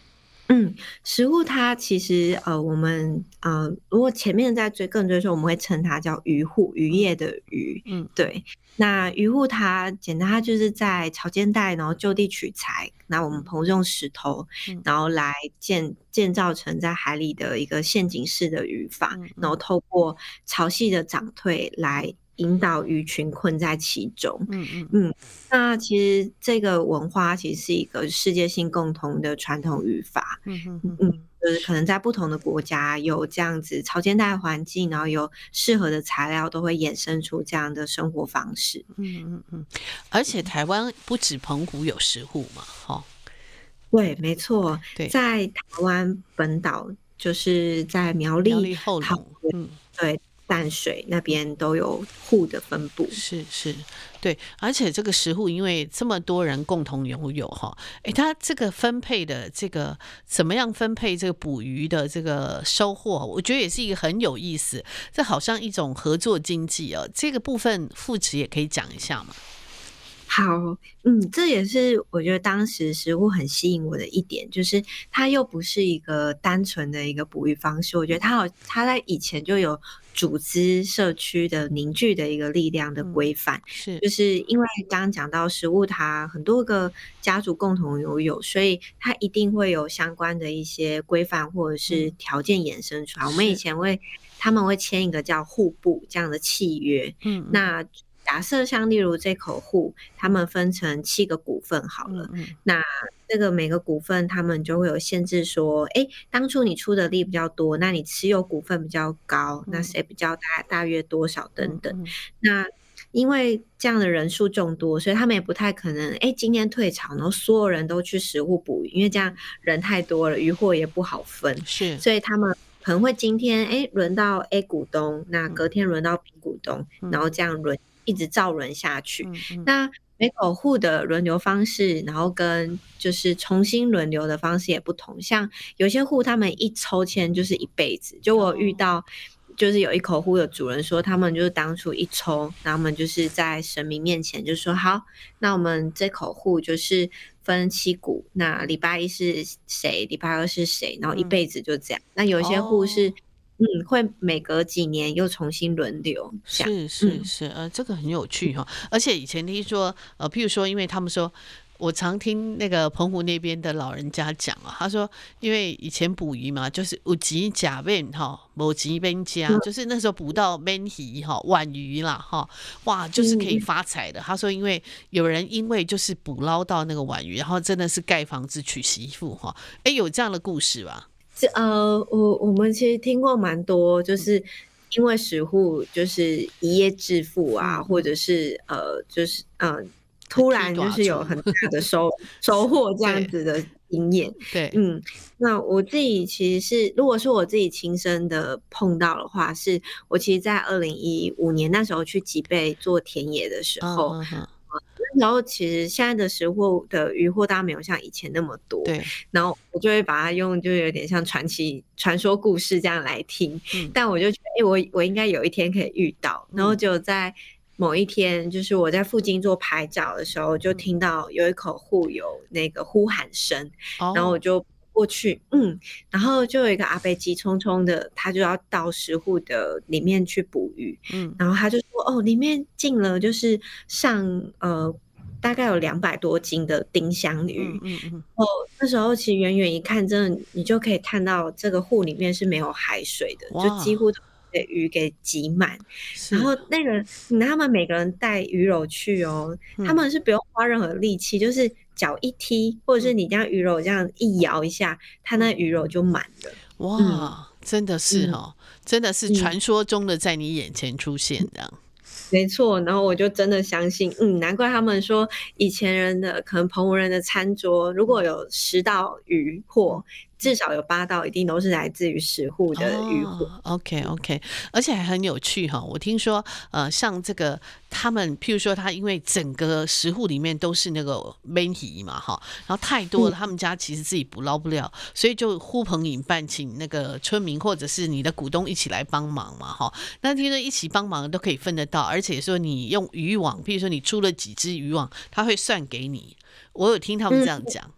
嗯，食户它其实呃，我们呃，如果前面再追更追溯，我们会称它叫渔户，渔业的渔。 嗯， 对。那渔户它简单，它就是在潮间带，然后就地取材，那我们澎湖用石头， 嗯然后来建建造成在海里的一个陷阱式的渔法， 嗯嗯然后透过潮汐的涨退来引导鱼群困在其中。 嗯嗯嗯，那其实这个文化其实是一个世界性共同的传统语法。 嗯嗯嗯嗯，就是可能在不同的国家有这样子潮间带环境，然后有适合的材料，都会衍生出这样的生活方式。 嗯嗯嗯，而且台湾不止澎湖有石户嘛，哈。 对，没错， 对， 在台湾本岛，就是在苗栗、 苗栗后桃龙， 园嗯， 对，淡水那边都有户的分布。 是是，对，而且这个石户因为这么多人共同拥有哈，哎，它这个分配的这个怎么样分配这个捕鱼的这个收获，我觉得也是一个很有意思，这好像一种合作经济哦，这个部分副职也可以讲一下嘛。 好，嗯，这也是我觉得当时食户很吸引我的一点，就是它又不是一个单纯的一个捕鱼方式，我觉得它好，它在以前就有组织社区的凝聚的一个力量的规范， 嗯、是， 就是因为刚刚讲到食物它很多个家族共同拥有，所以它一定会有相关的一些规范或者是条件衍生出来。嗯、我们以前会他们会签一个叫户部这样的契约，嗯，那。假设像例如这口户，他们分成七个股份好了，嗯嗯，那这个每个股份他们就会有限制说，哎，当初你出的力比较多，那你持有股份比较高，嗯、那谁比较大大约多少等等。嗯嗯，那因为这样的人数众多，所以他们也不太可能，哎，今天退场，然后所有人都去石户捕鱼，因为这样人太多了，渔获也不好分， 是， 所以他们可能会今天哎轮到 A 股东，那隔天轮到 B 股东，嗯、然后这样轮。一直照轮下去，嗯嗯，那每口户的轮流方式，然后跟就是重新轮流的方式也不同。像有些户他们一抽签就是一辈子，就我遇到就是有一口户的主人说，他们就是当初一抽，然后他们就是在神明面前就说好，那我们这口户就是分七股，那礼拜一是谁，礼拜二是谁，然后一辈子就这样。嗯、那有些户是。哦嗯，会每隔几年又重新轮流， 是是是，呃，这个很有趣哈。而且以前听说，呃，譬如说，因为他们说，我常听那个澎湖那边的老人家讲啊，他说，因为以前捕鱼嘛，就是有钱假面哈，没钱变家，嗯、就是那时候捕到鰻鱼哈、晚鱼啦哈，哇，就是可以发财的。嗯、他说，因为有人因为就是捕捞到那个晚鱼，然后真的是盖房子娶媳妇哈，哎，有这样的故事吧？ 呃，我我们其实听过蛮多，就是因为食户就是一夜致富啊，嗯、或者是呃，就是嗯、呃，突然就是有很大的收收获这样子的经验。 对， 嗯，那我自己其实是，如果是我自己亲身的碰到的话，是我其实，在二零一五年那时候去吉贝做田野的时候。嗯嗯那时候其实现在的食货的渔获当然没有像以前那么多， 对。 然后我就会把它用，就有点像传奇、传说故事这样来听。嗯、但我就觉得，哎、欸，我我应该有一天可以遇到。然后就在某一天，就是我在附近做拍照的时候，就听到有一口户有那个呼喊声，嗯、然后我就过去，嗯，然后就有一个阿伯急匆匆的，他就要到食户的里面去捕鱼，嗯，然后他就说，哦，里面进了就是上呃大概有两百多斤的丁香鱼，嗯嗯嗯，哦，那时候其实远远一看，真的你就可以看到这个户里面是没有海水的，就几乎都被鱼给挤满，然后那个他们每个人带鱼篓去哦，嗯、他们是不用花任何力气，就是脚一踢，或者是你这样鱼篓这样一摇一下，它那鱼篓就满了。 哇，嗯、真的是哦，嗯、真的是传说中的在你眼前出现这样。 没错，然后我就真的相信，嗯，难怪他们说以前人的可能澎湖人的餐桌，如果有十道鱼货，至少有八道一定都是来自于石户的渔户。 哦、OK OK， 而且还很有趣哈。我听说，呃，像这个他们，譬如说他因为整个石户里面都是那个鰻鱼嘛哈，然后太多了，他们家其实自己捕捞不了，所以就呼朋引伴，请那个村民或者是你的股东一起来帮忙嘛哈。那听说一起帮忙都可以分得到，而且说你用渔网，譬如说你出了几只渔网，他会算给你。我有听他们这样讲。 嗯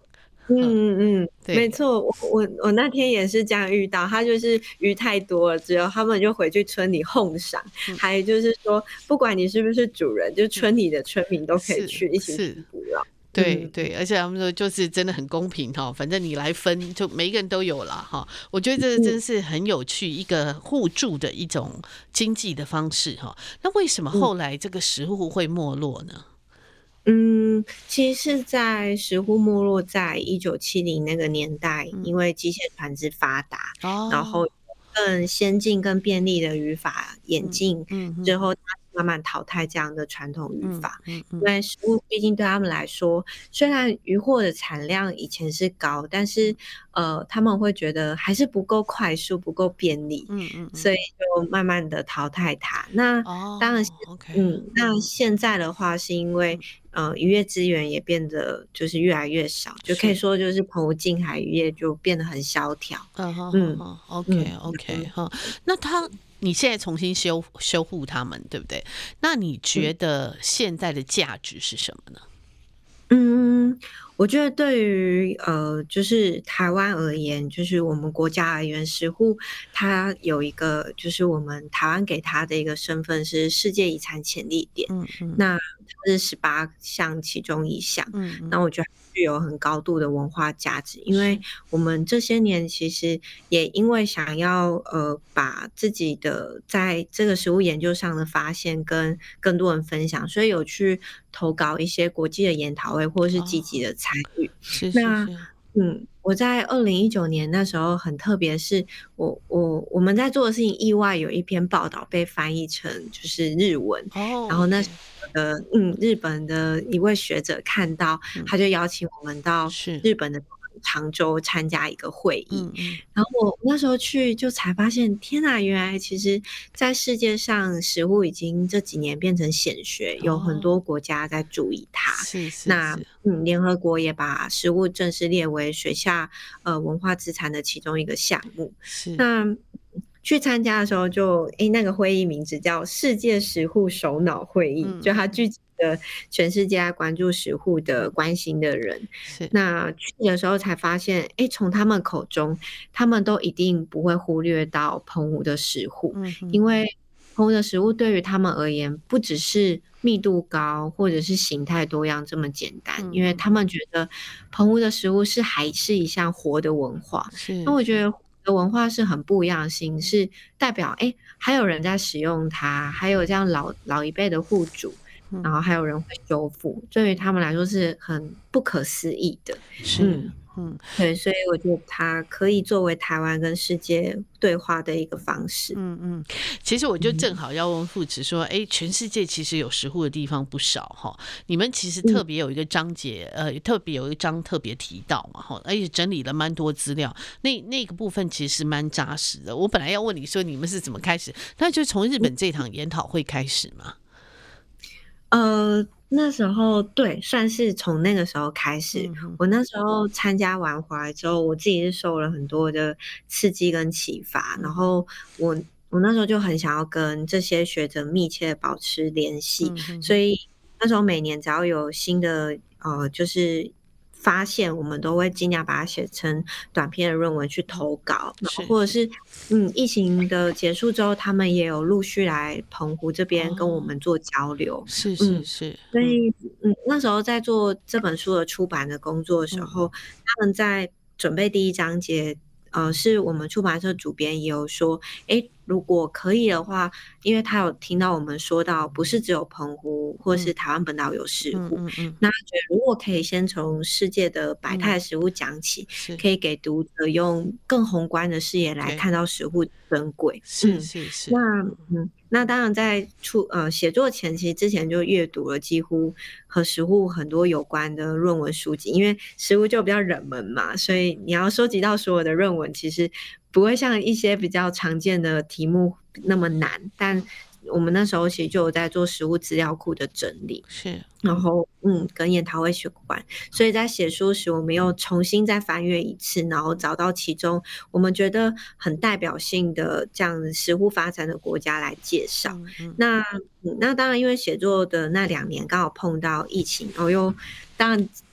嗯嗯，没错，我我我那天也是这样遇到，他就是鱼太多了，之后他们就回去村里哄赏，嗯、还有就是说，不管你是不是主人，就村里的村民都可以去一起去捕捞。 对对，而且他们说就是真的很公平哈，反正你来分，就每一个人都有啦哈。我觉得这真是很有趣，一个互助的一种经济的方式哈。那为什么后来这个石户会没落呢？ 嗯，其实是在石户没落在一九七零那个年代，嗯、因为机械船只发达，哦、然后更先进、更便利的语法演进，嗯嗯、之后它慢慢淘汰这样的传统语法。嗯嗯嗯、因为食物毕竟对他们来说，虽然渔获的产量以前是高，但是呃他们会觉得还是不够快速、不够便利，嗯嗯嗯、所以就慢慢的淘汰它。那、哦、当然，okay、嗯，那现在的话是因为。呃，渔业资源也变得就是越来越少，就可以说就是澎湖近海渔业就变得很萧条。 嗯嗯嗯 ，OK OK 哈、嗯，那他你现在重新修修护他们，对不对？那你觉得现在的价值是什么呢？ 嗯，我觉得对于呃，就是台湾而言，就是我们国家而言，石户它有一个，就是我们台湾给它的一个身份是世界遗产潜力点。嗯嗯，那它是十八项其中一项。嗯嗯，那我觉得具有很高度的文化价值，因为我们这些年其实也因为想要呃把自己的在这个食物研究上的发现跟更多人分享，所以有去投稿一些国际的研讨会或是积极的参与。哦、 是是是。 那嗯，我在二零一九年那时候很特别，是我我我们在做的事情，意外有一篇报道被翻译成就是日文，哦、然后那时候的嗯日本的一位学者看到，嗯、他就邀请我们到日本的常州参加一个会议，嗯嗯、然后我那时候去就才发现，天哪，原来其实在世界上食物已经这几年变成显学，哦、有很多国家在注意它。 是是是。 那嗯，联合国也把食物正式列为水下呃文化资产的其中一个项目。 是。 那去参加的时候就，诶，那个会议名字叫世界食户首脑会议，嗯、就它聚集的全世界在关注食户的关心的人。 是。 那去的时候才发现，诶，从他们口中，他们都一定不会忽略到澎湖的食户，嗯、因为澎湖的食物对于他们而言，不只是密度高或者是形态多样这么简单，嗯、因为他们觉得澎湖的食物是还是一项活的文化。 是。 那我觉得的文化是很不一样的形式，代表哎，还有人在使用它，还有这样老老一辈的户主，嗯、然后还有人会修复，对于他们来说是很不可思议的。 是。嗯嗯，对，所以我觉得它可以作为台湾跟世界对话的一个方式。 嗯嗯，其实我就正好要问副职说，哎、嗯，全世界其实有食户的地方不少哈，你们其实特别有一个章节，嗯、呃，特别有一章特别提到嘛哈，而且整理了蛮多资料，那那个部分其实蛮扎实的。我本来要问你说你们是怎么开始，那就从日本这场研讨会开始嘛。 呃。那时候对，算是从那个时候开始。嗯、我那时候参加完回来之后，我自己是受了很多的刺激跟启发，嗯、然后我我那时候就很想要跟这些学者密切的保持联系，嗯、所以那时候每年只要有新的呃，就是发现，我们都会尽量把它写成短篇的论文去投稿，或者是嗯，疫情的结束之后，他们也有陆续来澎湖这边跟我们做交流。哦、 是是是， 所以嗯，那时候在做这本书的出版的工作的时候，嗯、他们在准备第一章节，呃，是我们出版社主编也有说，哎。如果可以的话，因为他有听到我们说到，不是只有澎湖或是台湾本岛有食户，嗯嗯嗯、那他觉得如果可以先从世界的百态食物讲起，嗯、可以给读者用更宏观的视野来看到食物的珍贵。 是是是。 那嗯，那当然在出呃写作前期之前就阅读了几乎和食物很多有关的论文书籍，因为食物就比较冷门嘛，所以你要收集到所有的论文，其实不会像一些比较常见的题目那么难，但我们那时候其实就有在做食物资料库的整理， 是， 然后嗯，跟研讨会有关，所以在写书时，我们又重新再翻阅一次，然后找到其中我们觉得很代表性的这样食物发展的国家来介绍。嗯嗯那、嗯、那当然，因为写作的那两年刚好碰到疫情，然后又当然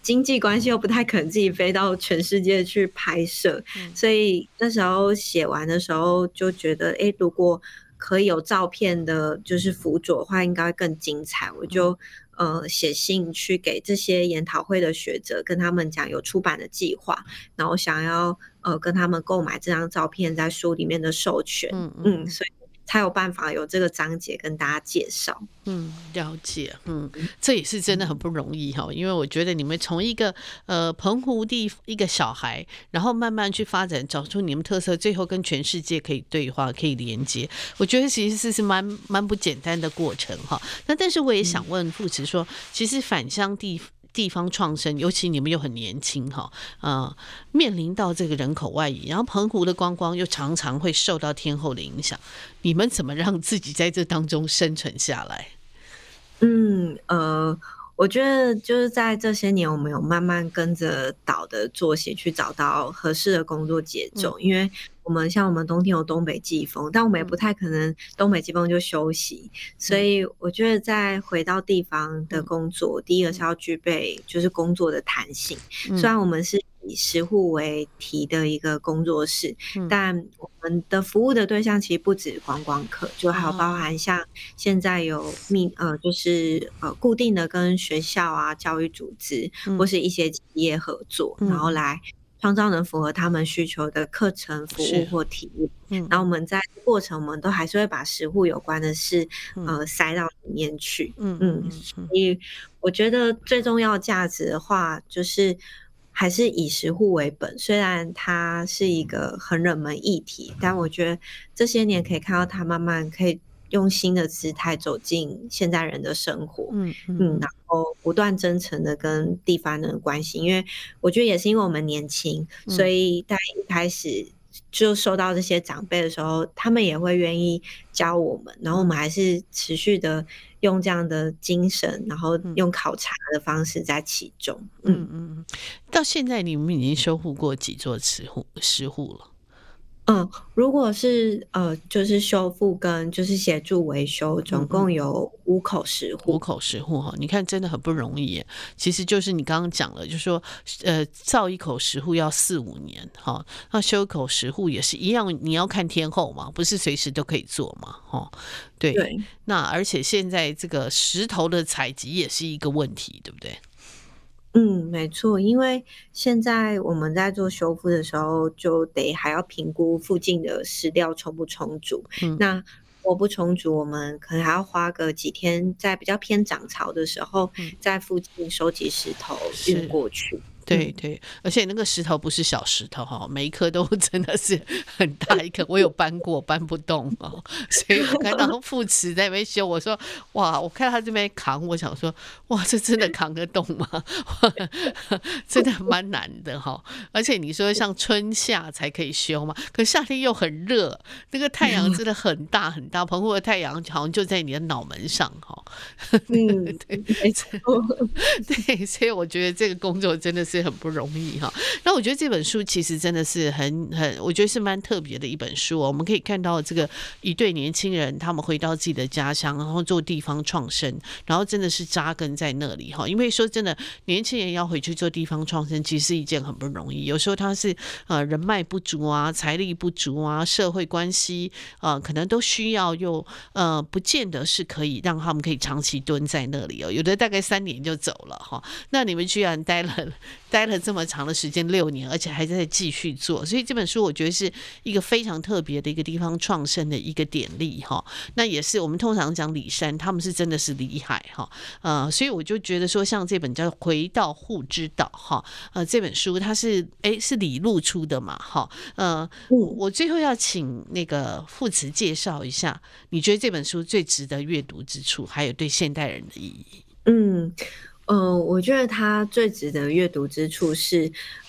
经济关系又不太可能自己飞到全世界去拍摄，嗯、所以那时候写完的时候就觉得，哎，如果可以有照片的，就是辅佐的话，应该会更精彩。我就呃写信去给这些研讨会的学者，跟他们讲有出版的计划，然后想要呃跟他们购买这张照片在书里面的授权，嗯嗯，嗯所以才有办法有这个章节跟大家介绍。 嗯，了解。嗯，这也是真的很不容易哈，因为我觉得你们从一个呃澎湖地一个小孩，然后慢慢去发展，找出你们特色，最后跟全世界可以对话、可以连接，我觉得其实是是蛮蛮不简单的过程哈。那但是我也想问副持说，其实返乡地。地方创生，尤其你们又很年轻哈，呃，面临到这个人口外移，然后澎湖的观光又常常会受到天候的影响，你们怎么让自己在这当中生存下来？ 嗯，呃，我觉得就是在这些年，我们有慢慢跟着岛的作息去找到合适的工作节奏，嗯、因为我们像我们冬天有东北季风，但我们也不太可能东北季风就休息，嗯、所以我觉得在回到地方的工作，嗯、第一个是要具备就是工作的弹性。嗯、虽然我们是以石户为题的一个工作室，嗯、但我们的服务的对象其实不止观光客，就还有包含像现在有密呃就是呃固定的跟学校啊、教育组织、嗯、或是一些企业合作，嗯、然后来创造能符合他们需求的课程、服务或体验。嗯，然后我们在过程，我们都还是会把食户有关的事，嗯、呃，塞到里面去。嗯嗯，所以我觉得最重要价值的话，就是还是以食户为本。虽然它是一个很冷门议题，但我觉得这些年可以看到它慢慢可以用新的姿态走进现在人的生活。嗯 嗯, 嗯，然后不断真诚的跟地方人的关系，因为我觉得也是因为我们年轻，嗯、所以在一开始就收到这些长辈的时候，他们也会愿意教我们，然后我们还是持续的用这样的精神，然后用考察的方式在其中。嗯嗯嗯，到现在你们已经修复过几座石户石户了？ 嗯，如果是呃，就是修复跟就是协助维修，总共有五口石户。 五口石户哈，你看真的很不容易耶。其实就是你刚刚讲了，就是说呃，造一口石户要四五年哈，那修一口石户也是一样，你要看天候嘛，不是随时都可以做嘛，哈。对，对那而且现在这个石头的采集也是一个问题，对不对？ 嗯，没错，因为现在我们在做修复的时候，就得还要评估附近的石料充不充足。嗯、那如果不充足，我们可能还要花个几天，在比较偏涨潮的时候，嗯、在附近收集石头运过去。 对对，而且那个石头不是小石头哈，每一颗都真的是很大一颗，我有搬过，搬不动哦。所以我看到副持在那边修，我说哇，我看他这边扛，我想说哇，这真的扛得动吗？真的蛮难的哈。而且你说像春夏才可以修嘛，可夏天又很热，那个太阳真的很大很大，澎湖的太阳好像就在你的脑门上哈。 嗯， 对，没错，对，所以我觉得这个工作真的是很不容易哈。那我觉得这本书其实真的是很很，我觉得是蛮特别的一本书哦。我们可以看到这个一对年轻人，他们回到自己的家乡，然后做地方创生，然后真的是扎根在那里哈。因为说真的，年轻人要回去做地方创生，其实是一件很不容易。有时候他是呃人脉不足啊，财力不足啊，社会关系呃可能都需要又呃不见得是可以让他们可以长期蹲在那里哦。有的大概三年就走了哈。那你们居然待了。待了这么长的时间，六年，而且还在继续做，所以这本书我觉得是一个非常特别的一个地方创生的一个典例哈。那也是我们通常讲里山，他们是真的是厉害哈，呃，所以我就觉得说，像这本叫《回到户之岛》哈，呃，这本书它是哎是李路出的嘛哈，呃，我最后要请那个副持介绍一下，你觉得这本书最值得阅读之处，还有对现代人的意义？ 嗯。呃，我觉得它最值得阅读之处是，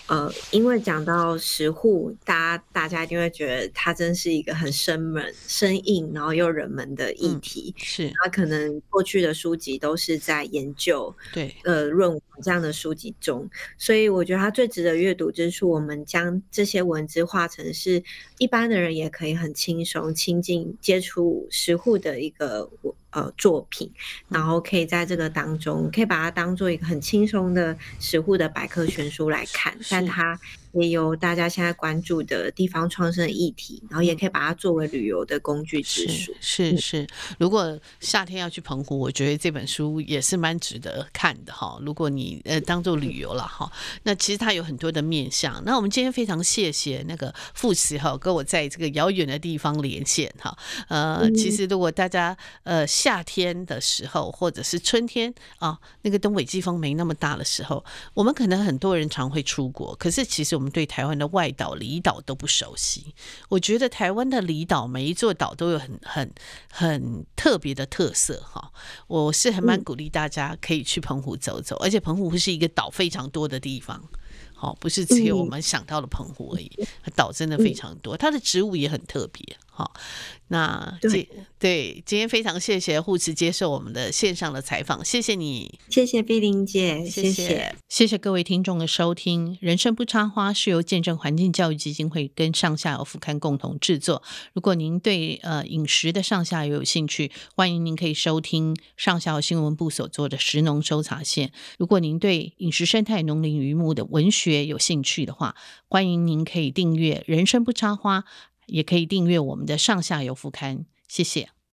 呃，因为讲到石户，大家大家一定会觉得它真是一个很生门、生硬，然后又冷门的议题。 嗯、是， 它可能过去的书籍都是在研究， 对， 呃，论文这样的书籍中，所以我觉得它最值得阅读之处，我们将这些文字化成是一般的人也可以很轻松、亲近、接触石户的一个呃作品，然后可以在这个当中，可以把它当做一个很轻松的石户的百科全书来看，但它也有大家现在关注的地方创生的议题，然后也可以把它作为旅游的工具之书。 是 是, 是，如果夏天要去澎湖，我觉得这本书也是蛮值得看的哈。如果你呃当做旅游了哈，那其实它有很多的面向。那我们今天非常谢谢那个富慈哈，跟我在这个遥远的地方连线哈。呃，其实如果大家呃夏天的时候，或者是春天啊，那个东北季风没那么大的时候，我们可能很多人常会出国，可是其实我们对台湾的外岛、离岛都不熟悉。我觉得台湾的离岛每一座岛都有很很很特别的特色哈。我是很蛮鼓励大家可以去澎湖走走，而且澎湖是一个岛非常多的地方。好，不是只有我们想到的澎湖而已，岛真的非常多，它的植物也很特别。好，那对对，今天非常谢谢护持接受我们的线上的采访，谢谢你， 谢谢碧玲姐，谢谢谢谢各位听众的收听。人生不插花是由见证环境教育基金会跟上下游副刊共同制作。如果您对呃饮食的上下游有兴趣，欢迎您可以收听上下游新闻部所做的食农搜查线。如果您对饮食生态、农林渔牧的文学有兴趣的话，欢迎您可以订阅人生不插花，也可以订阅我们的上下游副刊，谢谢。